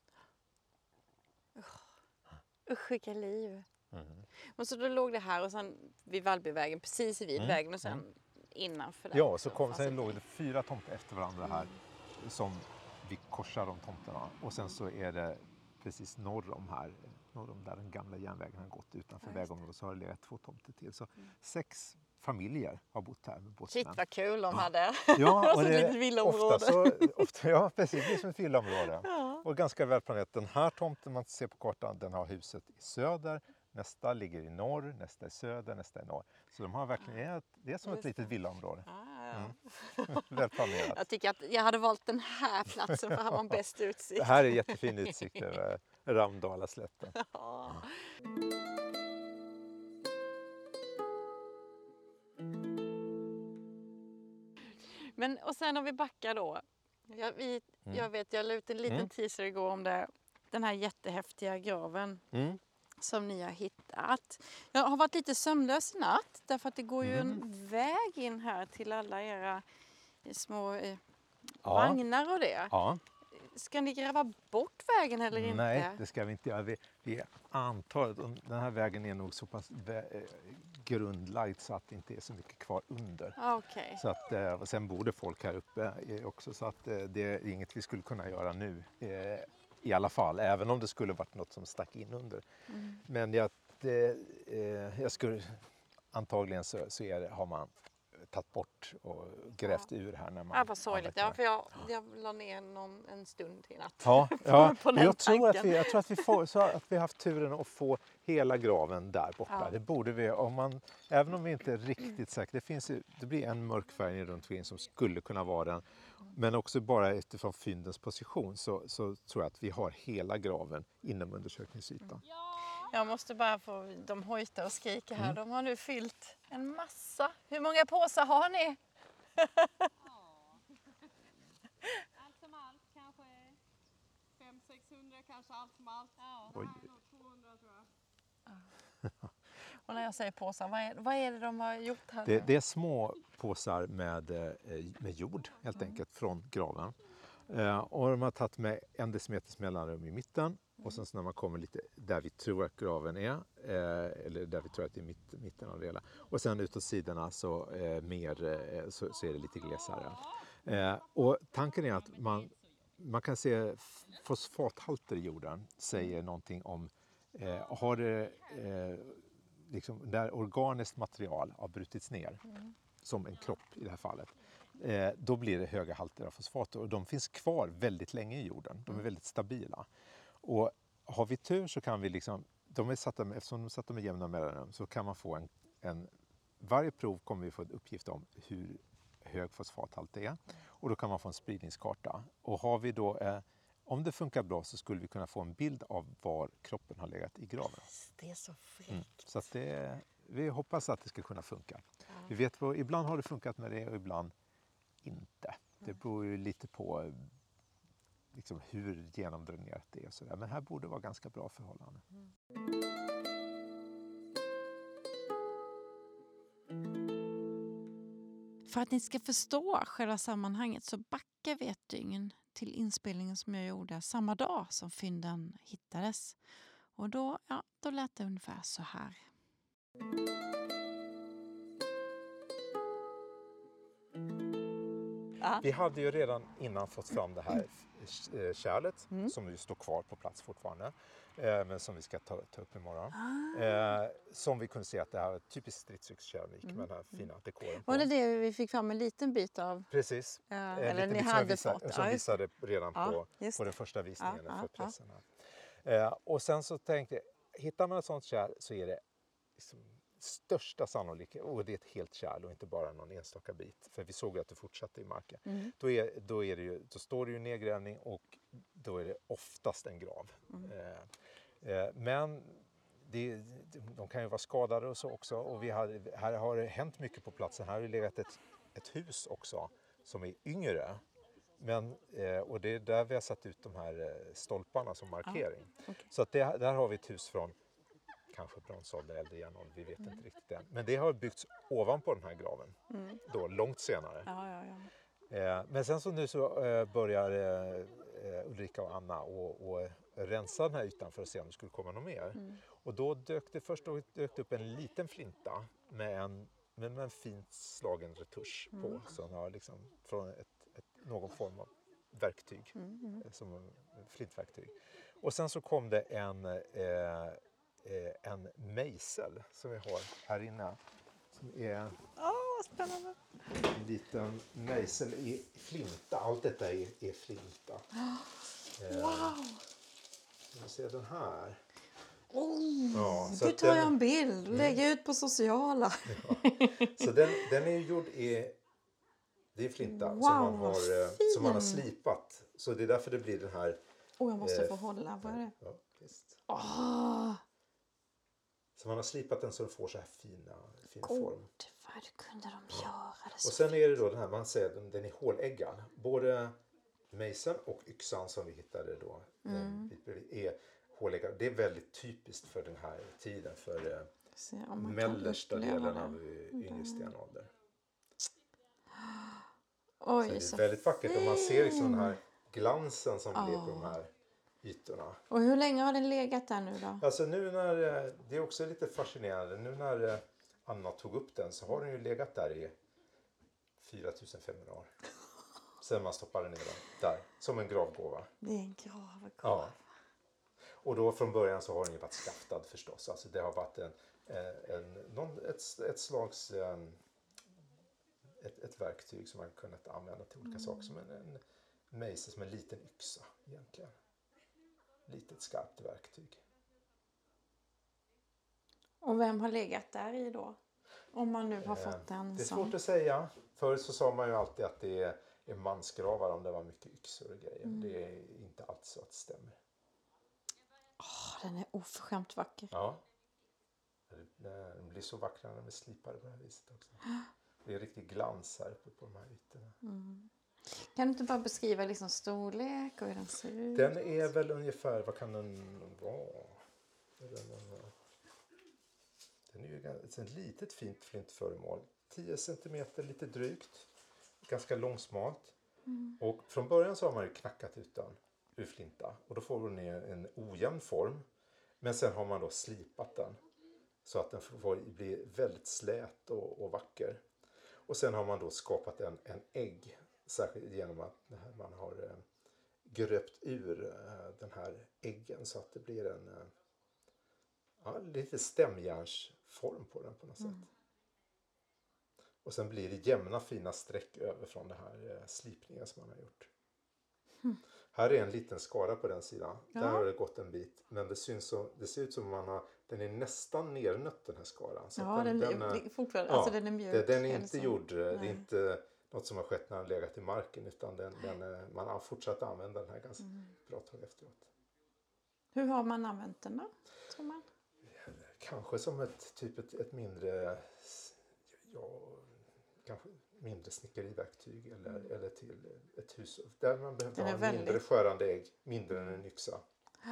Usch, vilka liv. Mm. Men så då låg det här och sen vid Vallbyvägen, precis vid Mm. vägen och sen Mm. innanför där. Ja, så kom, fanns sen ett låg gäng. det fyra tomter efter varandra här som vi korsar de tomterna. Och sen så är det precis norr om här, norr om där den gamla järnvägen har gått utanför Ja, vägområdet, så har det legat två tomter till. Så sex familjer har bott här med båtsmän. Shit vad kul de hade. Ja, och Som ett det litet villaområde. ofta så, ofta, ja, precis, det är som ett villaområde. Ja. Och ganska välplanerat. Den här tomten man ser på kartan, den har huset i söder. Nästa ligger i norr, nästa i söder, nästa i norr. Så de har verkligen, det är som ett litet villaområde. Ah, ja. Mm. Välplanerat. Jag tycker att jag hade valt den här platsen för här har man bäst utsikt. Det här är jättefin utsikt över Ramdalaslätten. Ja. Men och sen om vi backar då. Jag, vi, Mm. jag vet, jag la ut en liten Mm. teaser igår om det. Den här jättehäftiga graven Mm. som ni har hittat. Jag har varit lite sömnlös i natt därför att det går ju Mm. en väg in här till alla era små eh, Ja. vagnar och det. Ja. Ska ni gräva bort vägen eller inte? Nej, det ska vi inte göra. Vi, vi antar att den här vägen är nog så pass vä- eh, grundlagd så att det inte är så mycket kvar under. Ah, okej. Så att, eh, och sen bor det folk här uppe eh, också, så att eh, det är inget vi skulle kunna göra nu. Eh, I alla fall, även om det skulle varit något som stack in under. Mm. Men jag, det, eh, jag skulle, antagligen så, så är det, har man tagit bort och grävt ur här när man... Ja, vad sorgligt. Ja, avverkar. för jag, jag la ner någon, en stund i natt. Ja, ja. På den jag, tror att tanken. vi, jag tror att vi, får, så att vi har haft turen att få hela graven där borta. Ja. Det borde vi, om man, även om vi inte är riktigt säkra. Det, finns, ju- det blir en mörk färg runt omkring som skulle kunna vara den. Men också bara utifrån fyndens position så, så tror jag att vi har hela graven inom undersökningsytan. Jag måste bara få, de hojtar och skriker här. Mm. De har nu fyllt en massa. Hur många påsar har ni? Allt som allt kanske fem sexhundra kanske allt som allt. Ja. Det Oj. här är nog tvåhundra tror jag. Och när jag säger påsar, vad är, vad är det de har gjort här? Det, nu? det är små påsar med, eh, med jord helt enkelt från graven. Eh, och de har tagit med en decimeters mellanrum i mitten. Och sen så när man kommer lite där vi tror att graven är, eh, eller där vi tror att det är mitt, mitten av det hela. Och sen utåt sidorna så, eh, mer, eh, så, så är det lite glesare. Eh, och tanken är att man, man kan se f- fosfathalter i jorden säger någonting om, eh, har det eh, liksom, där organiskt material har brutits ner, som en kropp i det här fallet, eh, då blir det höga halter av fosfater och de finns kvar väldigt länge i jorden. De är väldigt stabila. Och har vi tur så kan vi liksom, de är satta med, eftersom de är satta med jämna mellanrum så kan man få en, en, varje prov kommer vi få en uppgift om hur hög fosfathalt det är och då kan man få en spridningskarta. Och har vi då, eh, om det funkar bra så skulle vi kunna få en bild av var kroppen har legat i graven. Det är så fräckt. Mm. Så att det, vi hoppas att det ska kunna funka. Vi vet vad, ibland har det funkat med det och ibland inte. Det beror ju lite på eh, liksom hur genomdränerat det är och sådär. Men här borde det vara ganska bra förhållanden. För att ni ska förstå själva sammanhanget så backar vi ett dygn till inspelningen som jag gjorde samma dag som fynden hittades. Och då, ja, då lät det ungefär så här. Vi hade ju redan innan fått fram det här eh, kärlet Mm. som ju står kvar på plats fortfarande. Eh, men som vi ska ta, ta upp imorgon. Eh, som vi kunde se att det här var ett typiskt stridscykelkeramik med den här fina dekoren på. Var det det vi fick fram en liten bit av? Precis. Ja, Eh, eller lite ni bit som jag hade visade, fått? Som Ja, just det. visade redan Ja, på, just på det. den första visningen Ja, för ja, ja. pressen. Här. Eh, och sen så tänkte jag, hittar man ett sånt kärl så är det liksom största sannolikhet, och det är ett helt kärl och inte bara någon enstaka bit. För vi såg ju att det fortsatte i marken. Mm. Då, är, då, är det ju, då står det ju nedgrävning och då är det oftast en grav. Mm. Eh, eh, men det, de kan ju vara skadade och så också. Och vi hade, här har det hänt mycket på platsen. Här har det legat ett, ett hus också som är yngre. Men, eh, och det är där vi har satt ut de här eh, stolparna som markering. okej. Så att det, där har vi ett hus från kanske bronsålder, äldre järnålder, vi vet inte riktigt än. Men det har byggts ovanpå den här graven, Mm. då långt senare. Ja, ja, ja. Eh, men sen så nu så eh, börjar eh, Ulrika och Anna och, och rensa den här ytan för att se om det skulle komma något mer. Mm. Och då dök det först då dök det upp en liten flinta med en, med en fint slagen retusch på. Mm. Så den har liksom från ett, ett, någon form av verktyg, Mm. eh, som flintverktyg. Och sen så kom det en, eh, eh, en mejsel som vi har här inne. Som är Åh, vad spännande. en liten mejsel i flinta. Allt detta är, är flinta. Eh, Wow! vi ser den här. Oh, Ja, så nu att tar jag den- en bild och lägger ut på sociala. Så den, den är ju gjord i, det är flinta Wow, som, man har, vad eh, som man har fin. slipat. Så det är därför det blir den här. Oh, jag måste Eh, få hålla. Vad är det? Ja, visst. Åh, Så man har slipat den så den får så här fina, fin form. god. Vad kunde de göra det Och så? sen är det då den här, man säger den, den är håleggad. Både mejseln och yxan som vi hittade då Mm. eh, är håleggad. Det är väldigt typiskt för den här tiden, för eh, Se om man kan mellersta uppleva delen det. av eh, yngre stenålder. Så Oj, det är så väldigt vackert och man ser liksom den fin. här glansen som blir på Ja. de här ytorna. Och hur länge har den legat där nu då? Alltså nu när, eh, det är också lite fascinerande, nu när eh, Anna tog upp den så har den ju legat där i fyra tusen femhundra år. Sen man stoppade ner den där, som en gravgåva. Det är en gravgåva. Ja. Och då från början så har den ju varit skaftad förstås. Alltså det har varit en, eh, en, någon, ett, ett slags eh, ett, ett verktyg som man kunnat använda till olika Mm. saker. Som en, en mejsel, som en liten yxa egentligen. Litet skarpt verktyg. Och vem har legat där i då? Om man nu har Eh, fått den Det är som... svårt att säga. Förut så sa man ju alltid att det är, är mansgravar om det var mycket yxor och grejer. Mm. Det är inte alls så att det stämmer. Åh, den är oförskämt vacker. Ja. Den blir så vackra när de är slipade på det här viset också. Det är riktigt glans här uppe på de här ytorna. Mm. Kan du inte bara beskriva liksom storlek och hur den ser ut? Den är väl ungefär, vad kan den vara? Den, den är ju ett, ett litet fint flintföremål. tio centimeter lite drygt. Ganska långsmalt. Mm. Och från början så har man ju knackat ut den ur flinta. Och då får den en ojämn form. Men sen har man då slipat den. Så att den får bli väldigt slät och, och vacker. Och sen har man då skapat en, en ägg. Särskilt genom att man har eh, gröpt ur eh, den här äggen. Så att det blir en eh, ja, lite stämjärnsform på den på något Mm. sätt. Och sen blir det jämna fina streck över från den här eh, slipningen som man har gjort. Mm. Här är en liten skara på den sidan. Ja. Där har det gått en bit. Men det, syns så, det ser ut som man har, den är nästan nernött den här skaran. Så Ja, att den, den, är är, fortfarande, ja, alltså den är mjuk. det, den är eller inte så. gjord, det är Nej. inte något som har skett när den legat i marken. Utan den, den, är- man har fortsatt använda den här ganska Mm. bra tag efteråt. Hur har man använt den då? Tror man? Kanske som ett, typ ett, ett mindre, ja, kanske mindre snickeriverktyg eller, Mm. eller till ett hus. Där man behövde Den ha är en väldigt- mindre skärande ägg, mindre än en yxa.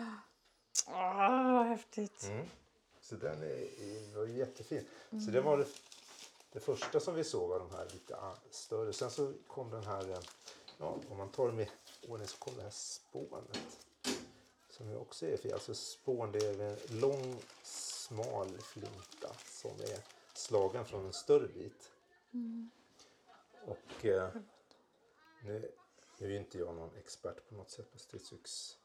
Åh, vad häftigt. Mm. Så den är, är, var jättefin. Mm. Så det var det, det första som vi såg av de här lite ah, större. Sen så kom den här, eh, ja, om man tar dem i ordning så kom det här spånet. Som ju också är fin. Alltså spån, det är en lång smal flinta som är slagen från en större bit. Mm. Och eh, nu, nu är inte jag någon expert på något sätt på stridsyx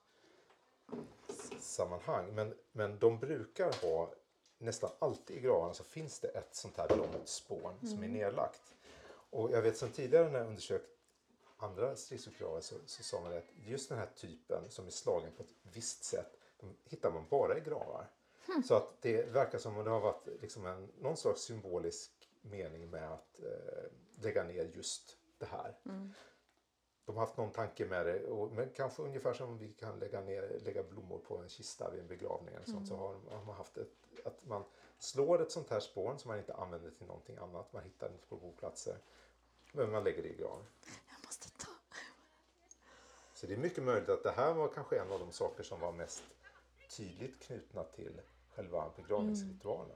sammanhang. Men, men de brukar ha, nästan alltid i gravarna så finns det ett sånt här långt spån som är Mm. nedlagt. Och jag vet sedan tidigare när jag undersökt andra stridsyxgravar så, så sa man att just den här typen som är slagen på ett visst sätt, de hittar man bara i gravar. Så att det verkar som om det har varit liksom en, någon slags symbolisk mening med att eh, lägga ner just det här. Mm. De har haft någon tanke med det, och, men kanske ungefär som vi kan lägga, ner, lägga blommor på en kista vid en begravning. Eller sånt, Mm. så har, har man haft ett, att man slår ett sånt här spån som man inte använder till någonting annat. Man hittar det inte på boplatser. Men man lägger det i graven. Jag måste ta. Så det är mycket möjligt att det här var kanske en av de saker som var mest tydligt knutna till själva begravningsritualen.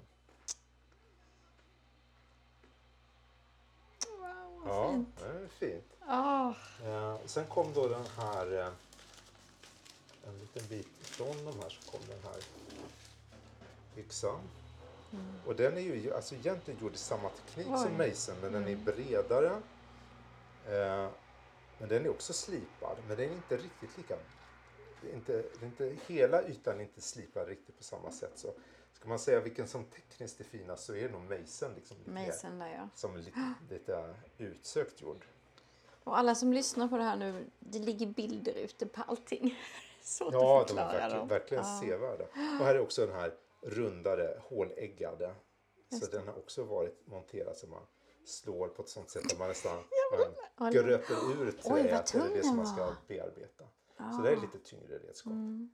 Wow, vad Ja, fint. det är fint. Ah. Eh, sen kom då den här, eh, en liten bit ifrån de här så kom den här yxan. Mm. Och den är ju alltså egentligen gjord i samma teknik Oj. som mejseln, men den är Mm. bredare. Eh, Men den är också slipad, men den är inte riktigt lika. Det är inte, det är inte, hela ytan är inte slipad riktigt på samma sätt. Så ska man säga vilken som tekniskt är finast så är det nog mejseln liksom lite Mejseln där, ja. som är lite, lite utsökt gjord. Och alla som lyssnar på det här nu, det ligger bilder ute på allting. Svårt Ja, att de är förklara verkligen, dem. verkligen Ja. sevärda. Och här är också den här rundare, håläggade. Just Så det. den har också varit monterad så man slår på ett sånt sätt att man nästan man Oj. gröper ur Oj, vad träet tung eller det den som man ska var. bearbeta. Ja. Så det är lite tyngre redskap. Mm.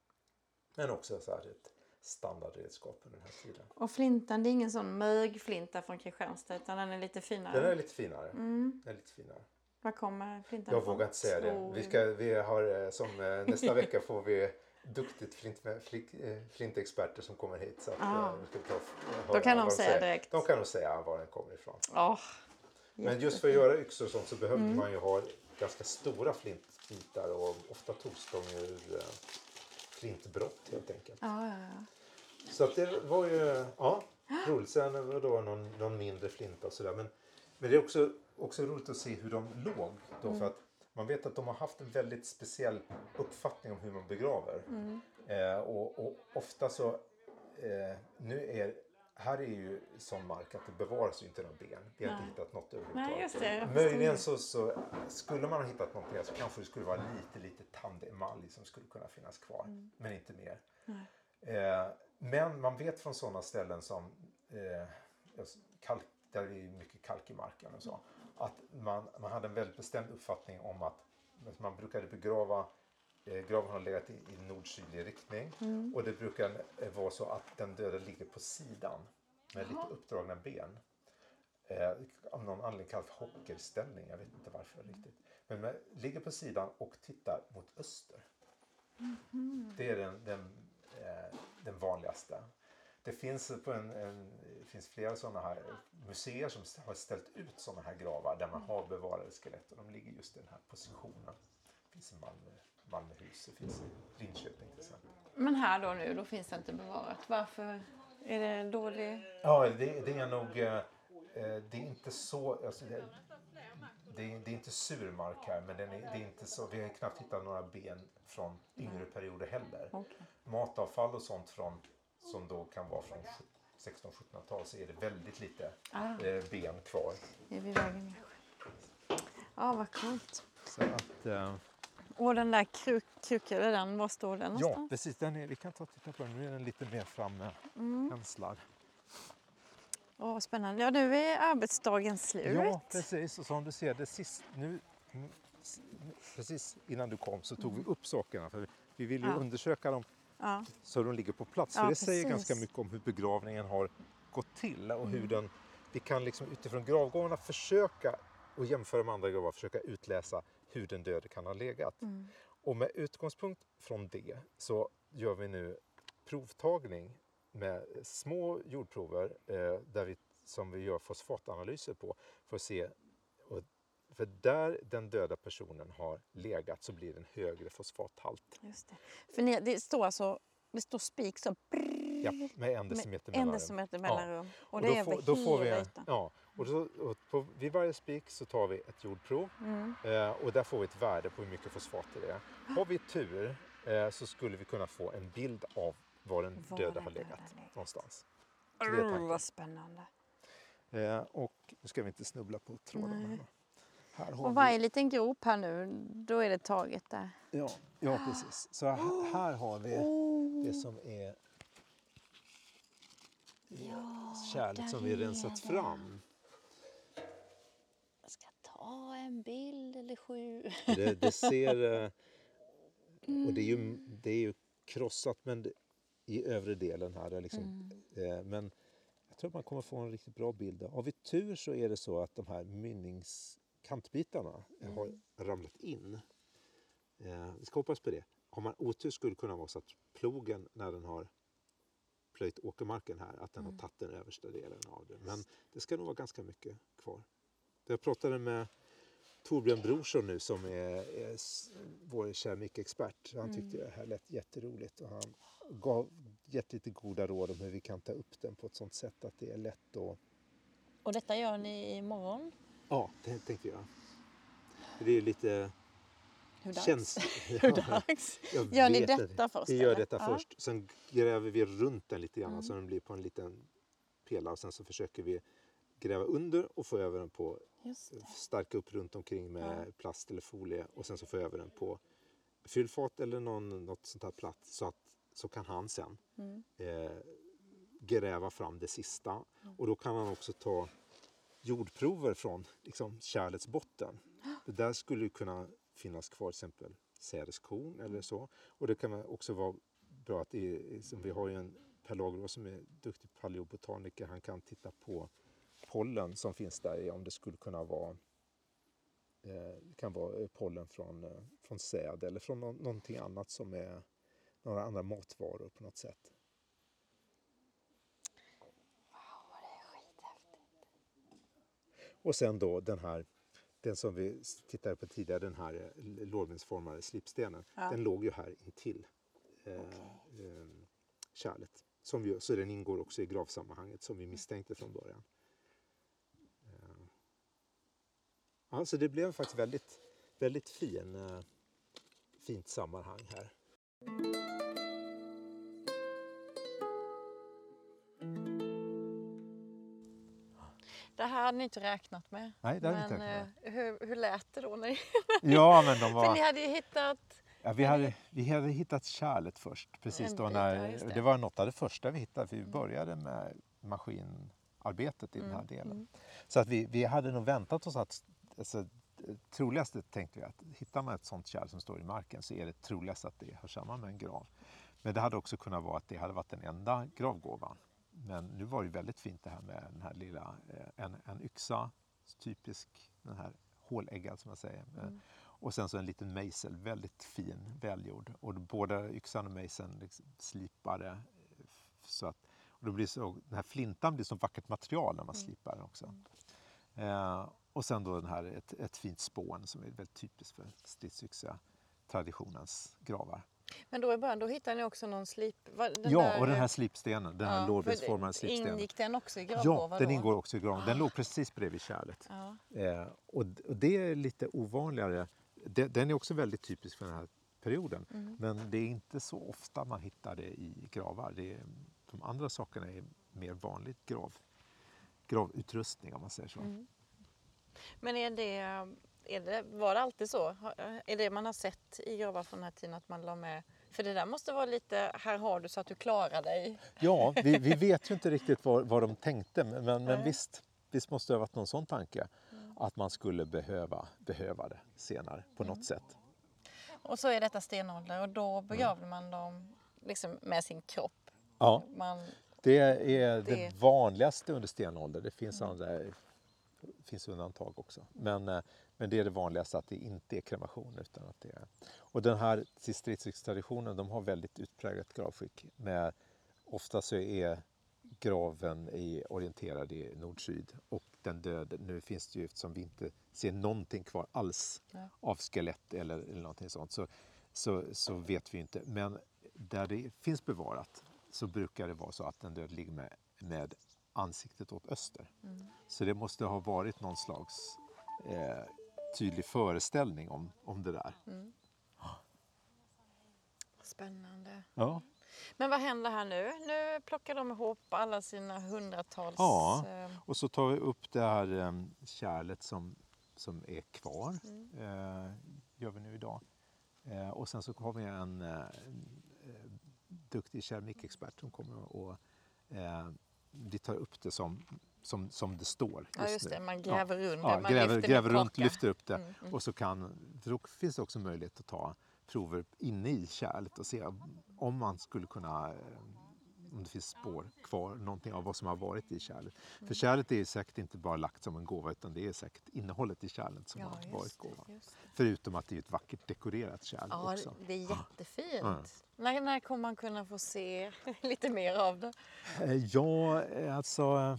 Men också så här ett standardredskap under den här tiden. Och flintan, det är ingen sån mögflinta från Kristianstad utan den är lite finare. Den är lite finare. Mm. Den är lite finare. Var kommer flintan Jag ifrån? vågar inte säga det. Tror- Vi, ska, vi har eh, som eh, nästa vecka får vi duktigt flint, flint, eh, flintexperter som kommer hit. Så att, Ah. eh, vi ska ta, höra Då kan de vad säga säger. direkt. De kan nog säga var den kommer ifrån. Åh, Men just för att göra yxor och sånt så behövde Mm. man ju ha ganska stora flintbitar och ofta togs de ur eh, flintbrott helt enkelt. ja, ja, ja. Så att det var ju ja, roligt. Sen var det då någon, någon mindre flinta och sådär. Men, men det är också, också roligt att se hur de låg. Då, Mm. för att man vet att de har haft en väldigt speciell uppfattning om hur man begraver. Mm. Eh, och, och ofta så, eh, nu är, här är ju sån mark att det bevaras ju inte några ben. Vi har Nej. inte hittat något överhuvudtaget. Nej, just det. jag förstår Möjligen det. så, så skulle man ha hittat någonting så kanske det skulle vara lite, lite tandemalj som skulle kunna finnas kvar. Mm. Men inte mer. Nej. Eh, men man vet från sådana ställen som eh, kalk, där det är mycket kalk i marken och så. Att man, man hade en väldigt bestämd uppfattning om att man brukade begrava, eh, graven har legat i, i nord-sydlig riktning. Mm. Och det brukar eh, vara så att den döda ligger på sidan med lite uppdragna ben. Eh, av någon anledning kallat hockerställning, jag vet inte varför riktigt. Men man ligger på sidan och tittar mot öster. Mm. Det är den, den, eh, den vanligaste. Det finns, på en, en, det finns flera sådana här museer som har ställt ut sådana här gravar där man har bevarade skelett och de ligger just i den här positionen. Det finns i Malmö, Malmöhus, det finns i Linköping till exempel. Men här då nu, då finns det inte bevarat. Varför är det dålig? Ja, det, det är nog, eh, det är inte så, alltså det, det, är, det är inte sur mark här men den är, det är inte så, vi har knappt hittat några ben från yngre perioder heller. Okay. Matavfall och sånt från, som då kan vara från sexton-sjuttonhundratal så är det väldigt lite Ah. eh, ben kvar. Är vi vägen kanske? Ja, vad coolt. Så att, eh, Och den där kruk, krukade den, var står den ja, någonstans? precis. Den är, vi kan ta och titta på den. Nu är den lite mer framme. Mm. Penslar. Åh, vad spännande. Ja, nu är arbetsdagen slut. Ja, precis. Och som du ser, det sist, nu, mm, s- precis innan du kom så tog vi upp sakerna. För vi vill ju Ja. undersöka dem Ja. så de ligger på plats. Ja, För det säger precis. ganska mycket om hur begravningen har gått till. Och hur Mm. den, vi kan liksom utifrån gravgångarna försöka och jämföra med andra gravar försöka utläsa hur den döde kan ha legat. Mm. Och med utgångspunkt från det så gör vi nu provtagning med små jordprover eh, där vi, som vi gör fosfatanalyser på för att se. Och för där den döda personen har legat så blir det en högre fosfathalt. Just det. För ni, det står alltså, det står spik så brrr, Ja, med en decimeter med en mellanrum. decimeter mellanrum. Och Och det då är får- över då får vi, hela ytan. ja, och då, och på, vid varje spik så tar vi ett jordprov Mm. eh, och där får vi ett värde på hur mycket fosfater det är. Har vi tur eh, så skulle vi kunna få en bild av var den Var döda den har döda legat har legat. någonstans. Så det är Urr, tanken. vad spännande. Eh, och nu ska vi inte snubbla på tråden. Nej. Här, här har Och vi, varje liten grop här nu, då är det taget där. ja, ja, precis. Så här, här har vi Oh. det som är Ja, kärlet där som vi är rensat det. fram. Jag ska ta en bild eller sju. Det, det ser... eh, Och det är ju, det är ju krossat men det, i övre delen här. Är liksom, eh, men jag tror att man kommer få en riktigt bra bild. Har vi tur så är det så att de här mynningskantbitarna Mm. har ramlat in. Eh, vi ska hoppas på det. Har man otur skulle det kunna vara så att plogen när den har plöjt åkermarken här att den Mm. har tagit den översta delen av det. Men det ska nog vara ganska mycket kvar. Jag pratade med Torbjörn Brorsson nu som är, är s- vår keramikexpert. Han tyckte Mm. det här lät jätteroligt och han gav gett lite goda råd om hur vi kan ta upp den på ett sånt sätt att det är lätt att... Och detta gör ni imorgon? Ja, det tänkte jag. För det är lite... Hur dags? Känns... Hur dags? Jag Gör ni vet detta inte. först? Vi gör eller? detta Ja. först. Sen gräver vi runt den lite grann Mm. så den blir på en liten pelare. Och sen så försöker vi gräva under och få över den på, Just det. stärka upp runt omkring med Ja. plast eller folie. Och sen så få över den på fyllfat eller någon, något sånt här platt. Så, att, så kan han sen Mm. eh, gräva fram det sista. Mm. Och då kan han också ta jordprover från liksom, kärlets botten. Det där skulle ju kunna finnas kvar till exempel sädeskorn eller så. Och det kan också vara bra att det är, som vi har ju en Per Lagerlöf som är duktig paleobotaniker. Han kan titta på pollen som finns där i, om det skulle kunna vara eh, det kan vara pollen från, eh, från säd eller från no- någonting annat som är några andra matvaror på något sätt. Wow, det är skithäftigt. Och sen då den här, den som vi tittade på tidigare, den här eh, lårbensformade slipstenen, Ja. den låg ju här intill eh, eh, kärlet. Som ju, så den ingår också i gravsammanhanget som vi misstänkte från början. Eh, alltså det blev faktiskt väldigt, väldigt fin, eh, fint sammanhang här. Det här hade ni inte räknat med. Nej, det hade vi inte Men räknat eh, hur, hur lät det då? När ni... Ja, men de För var... ni hade ju hittat... Ja, vi, hade, vi hade hittat kärlet först. Precis En då bit, när, ja, just det. det var något av det första vi hittade. För vi började med maskinarbetet i den här delen. mm. Så att vi, vi hade nog väntat oss att... Alltså, troligaste tänkte vi att hittar man ett sånt kärl som står i marken så är det troligast att det hör samman med en grav. Men det hade också kunnat vara att det hade varit den enda gravgåvan. Men nu var det väldigt fint det här med den här lilla, eh, en, en yxa, typisk den här håläggad som man säger. Mm. Och sen så en liten mejsel, väldigt fin, välgjord. Och båda yxan och mejseln liksom slipade. Så att, och då blir så, den här flintan blir som vackert material när man Mm. slipar den också. Mm. Eh, och sen då den här, ett, ett fint spån som är väldigt typiskt för stridsyxa traditionens gravar. Men då i början, då hittade ni också någon slip... vad- Den Ja, där, och den här slipstenen, den här ja, lårbensformade för slipstenen. Ingick den också i Ja, gravgåva den då? ingår också i graven. Den låg precis bredvid kärlet. Ja. Eh, och, och det är lite ovanligare. Det, den är också väldigt typisk för den här perioden. Mm. Men det är inte så ofta man hittar det i gravar. Det är, de andra sakerna är mer vanligt grav, gravutrustning om man säger så. Mm. Men är det, är det, var det alltid så? Har- Är det man har sett i gravar från den här tiden att man la med? För det där måste vara lite, här har du så att du klarar dig. Ja, vi, vi vet ju inte riktigt vad, vad de tänkte. Men, men Nej. visst, visst måste det ha varit någon sån tanke. Mm. Att man skulle behöva, behöva det senare på Mm. något sätt. Och så är detta stenålder och då begravde man dem liksom med sin kropp. Ja. Man, Det är det, Det- vanligaste under stenålder. Det finns, Mm. andra, det finns undantag också. Men, eh, men det är det vanligaste att det inte är kremation. Utan att det är... Och den här stridsyxtraditionen, de har väldigt utpräglat gravskick. Med, ofta så är graven i, orienterad i nord-syd. Och den döde, nu finns det ju, eftersom vi inte ser någonting kvar alls Ja. av skelett eller, eller någonting sånt, så, så, så vet vi inte. Men där det finns bevarat så brukar det vara så att den död ligger med, med ansiktet åt öster. mm. Så det måste ha varit någon slags eh, tydlig föreställning om, om det där. Mm. Spännande. Ja. Men vad händer här nu? Nu plockar de ihop alla sina hundratals... Ja. eh, Och så tar vi upp det här eh, kärlet som, som är kvar. Mm. Eh, gör vi nu idag. Eh, och sen så kommer en eh, eh, duktig keramikexpert som kommer och eh, vi tar upp det som, som, som det står. Ja, just nu. det. Man gräver runt Ja, man gräver, lyfter gräver med runt, plåkar. lyfter upp det. Mm, mm. Och så kan, för då finns det också möjlighet att ta prover inne i kärlet och se om man skulle kunna, eh, om det finns spår kvar, någonting av vad som har varit i kärlet. Mm. För kärlet är ju säkert inte bara lagt som en gåva utan det är säkert innehållet i kärlet som Ja, har just varit det, gåvan. just det. Förutom att det är ett vackert dekorerat kärl Ja, också. det är jättefint. Ja. När, när kommer man kunna få se lite mer av det? Eh, Ja, eh, alltså eh,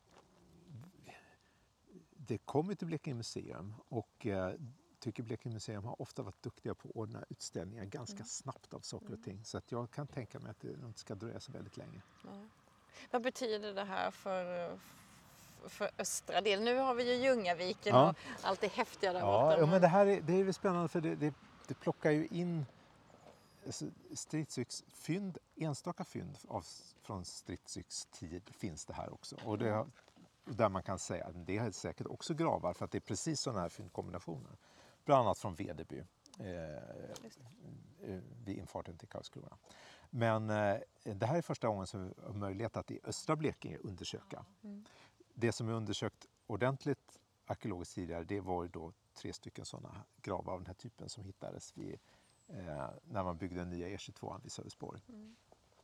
det kommer till Blekinge museum och eh, tycker Blekinge museum har ofta varit duktiga på att ordna utställningar ganska Mm. snabbt av saker och ting. Så att jag kan tänka mig att det inte ska dröja så väldigt länge. Ja. Vad betyder det här för, för östra delen. Nu har vi ju Ljungaviken Ja. och allt det häftiga där Ja, borta. ja, men det här är, det är ju spännande för det, det, det plockar ju in alltså, stridsyxfynd, enstaka fynd av, från stridsyxtid finns det här också. Och det har, där man kan säga att det är säkert också gravar för att det är precis sådana här fyndkombinationer. Bland annat från Vedeby eh, vid infarten till Karlskrona. Men eh, det här är första gången som vi har möjlighet att i östra Blekinge undersöka. Mm. Det som är undersökt ordentligt arkeologiskt tidigare, det var ju då tre stycken sådana gravar av den här typen som hittades vid, eh, när man byggde den nya E tjugotvå vid Sölvesborg. Mm.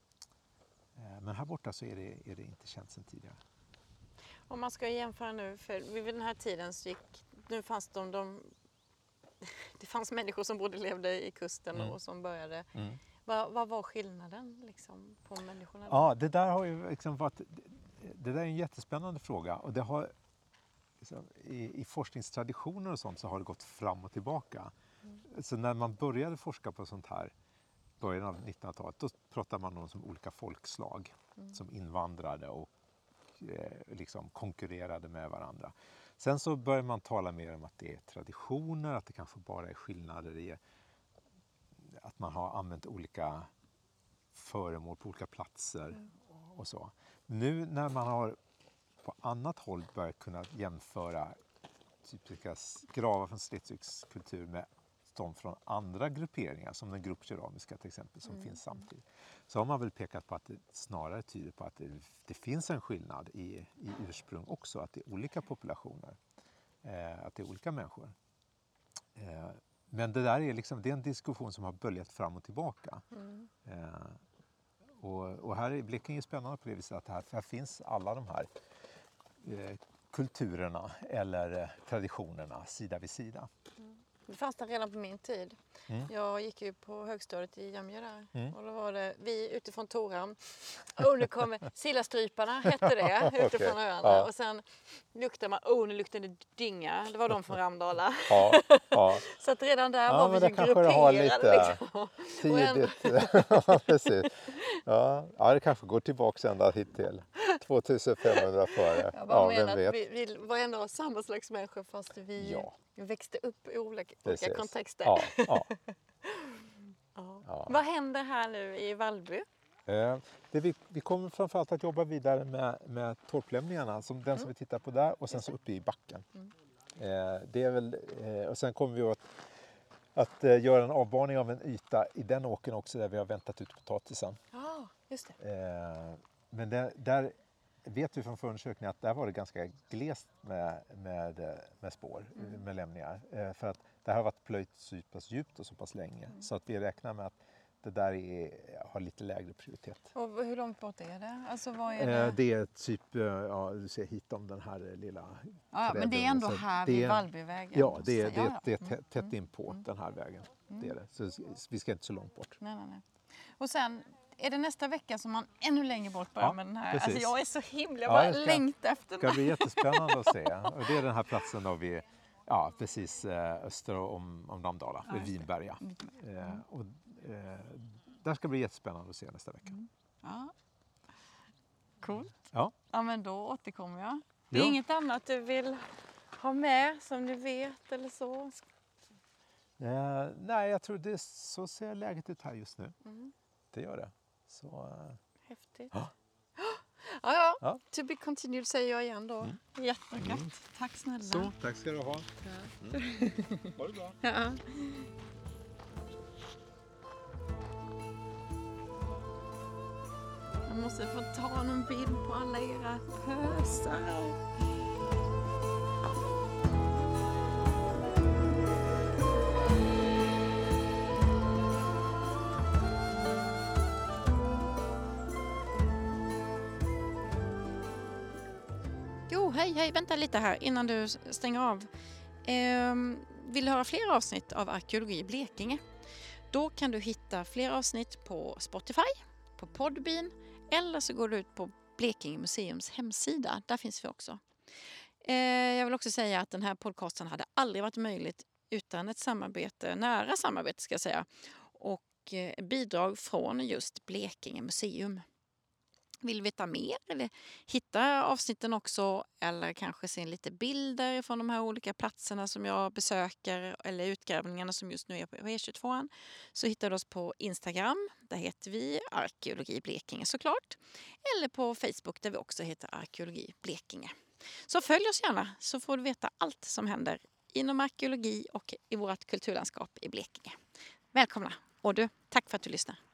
Eh, men här borta så är det, är det inte känt sedan tidigare. Om man ska jämföra nu, för vid den här tiden så gick, nu fanns de, de det fanns människor som både levde i kusten mm. och som började. Mm. Vad, vad var skillnaden liksom, på människorna? Ja, det där har ju liksom varit, det där är en jättespännande fråga och det har liksom, i, i forskningstraditioner och sånt så har det gått fram och tillbaka. Mm. Så när man började forska på sånt här början av nittonhundratalet då pratade man om dem som olika folkslag mm. som invandrade och eh, liksom konkurrerade med varandra. Sen så börjar man tala mer om att det är traditioner, att det kanske bara är skillnader i att man har använt olika föremål på olika platser mm. och så. Nu när man har på annat håll börjat kunna jämföra typiska gravar från stridsyxkultur med de från andra grupperingar som den gruppkeramiska till exempel som mm. finns samtidigt. Så har man väl pekat på att det snarare tyder på att det, det finns en skillnad i, i ursprung också, att det är olika populationer, eh, att det är olika människor. Eh, men det där är, liksom, det är en diskussion som har böljat fram och tillbaka. Mm. Eh, och, och här i Blekinge är spännande på det viset att här, här finns alla de här eh, kulturerna eller eh, traditionerna sida vid sida. Mm. Det fanns det redan på min tid. Mm. Jag gick ju på högstadiet i Jämjö där. Mm. Och då var det vi utifrån Toran. Och nu kommer Sillastryparna, hette det, utifrån okay. öarna. Ja. Och sen luktade man, oh nu luktade det dynga. Det var de från Ramdala. Ja. Ja. Så att redan där ja, var vi ju grupperade. Liksom. Tidigt. Ja, precis. Ja. Ja, det kanske går tillbaka ända hit till tvåtusenfemhundra före. Jag bara ja, menar att vi, vi var ändå samma slags människor fast vi ja. växte upp i olika, olika kontexter. Ja, ja. ja. Ja. Vad händer här nu i Vallby? Eh, det vi, vi kommer framförallt att jobba vidare med, med torplämningarna, som den mm. som vi tittar på där och sen så uppe i backen. Mm. Eh, det är väl, eh, och sen kommer vi att, att eh, göra en avbarning av en yta i den åkern också där vi har väntat ut potatisen. Ah, just det. Eh, men det, där vet vi från förundersökningen att där var det ganska glest med, med, med spår, mm. med lämningar. Eh, för att det har varit plöjt så pass djupt och så pass länge. Mm. Så att vi räknar med att det där är, har lite lägre prioritet. Och hur långt bort är det? Alltså, vad är det? Eh, det är typ, ja du ser hit om den här lilla ja, men det är ändå här vid Vallbyvägen? Ja, det är, det är, det är tätt, tätt in på mm. den här vägen. Mm. Det är det. Så vi ska inte så långt bort. Nej, nej, nej. Och sen är det nästa vecka som man ännu längre bort börjar ja, med den här. Precis. Alltså jag är så himla, jag bara ja, längtar efter den. Det ska bli jättespännande att se. Och det är den här platsen då vi, ja precis öster om, om Ramdala, ja, vid Vinberga. Mm. Eh, och, eh, där ska bli jättespännande att se nästa vecka. Mm. Ja. Coolt. Ja. Ja, men då återkommer jag. Det är ja. inget annat du vill ha med som du vet eller så? Eh, nej, jag tror det så ser läget ut här just nu. Mm. Det gör det. Så, uh... Häftigt. Ja. Ja, ja, ja. To be continued säger jag igen då. Mm. Jättegött. Mm. Tack snälla. Så, tack ska du ha. Mm. Ha det bra. Ja. Jag måste få ta någon bild på alla era pösar. Jo, hej, hej, vänta lite här innan du stänger av. Ehm, vill du höra fler avsnitt av Arkeologi i Blekinge? Då kan du hitta fler avsnitt på Spotify, på Podbean eller så går du ut på Blekinge museums hemsida. Där finns vi också. Ehm, jag vill också säga att den här podcasten hade aldrig varit möjligt utan ett samarbete, nära samarbete ska jag säga, och eh, bidrag från just Blekinge museum. vill veta mer eller hitta avsnitten också eller kanske se lite bilder från de här olika platserna som jag besöker eller utgrävningarna som just nu är på E tjugotvå, så hittar du oss på Instagram. Där heter vi Arkeologi Blekinge såklart. Eller på Facebook där vi också heter Arkeologi Blekinge. Så följ oss gärna så får du veta allt som händer inom arkeologi och i vårt kulturlandskap i Blekinge. Välkomna och du, tack för att du lyssnar.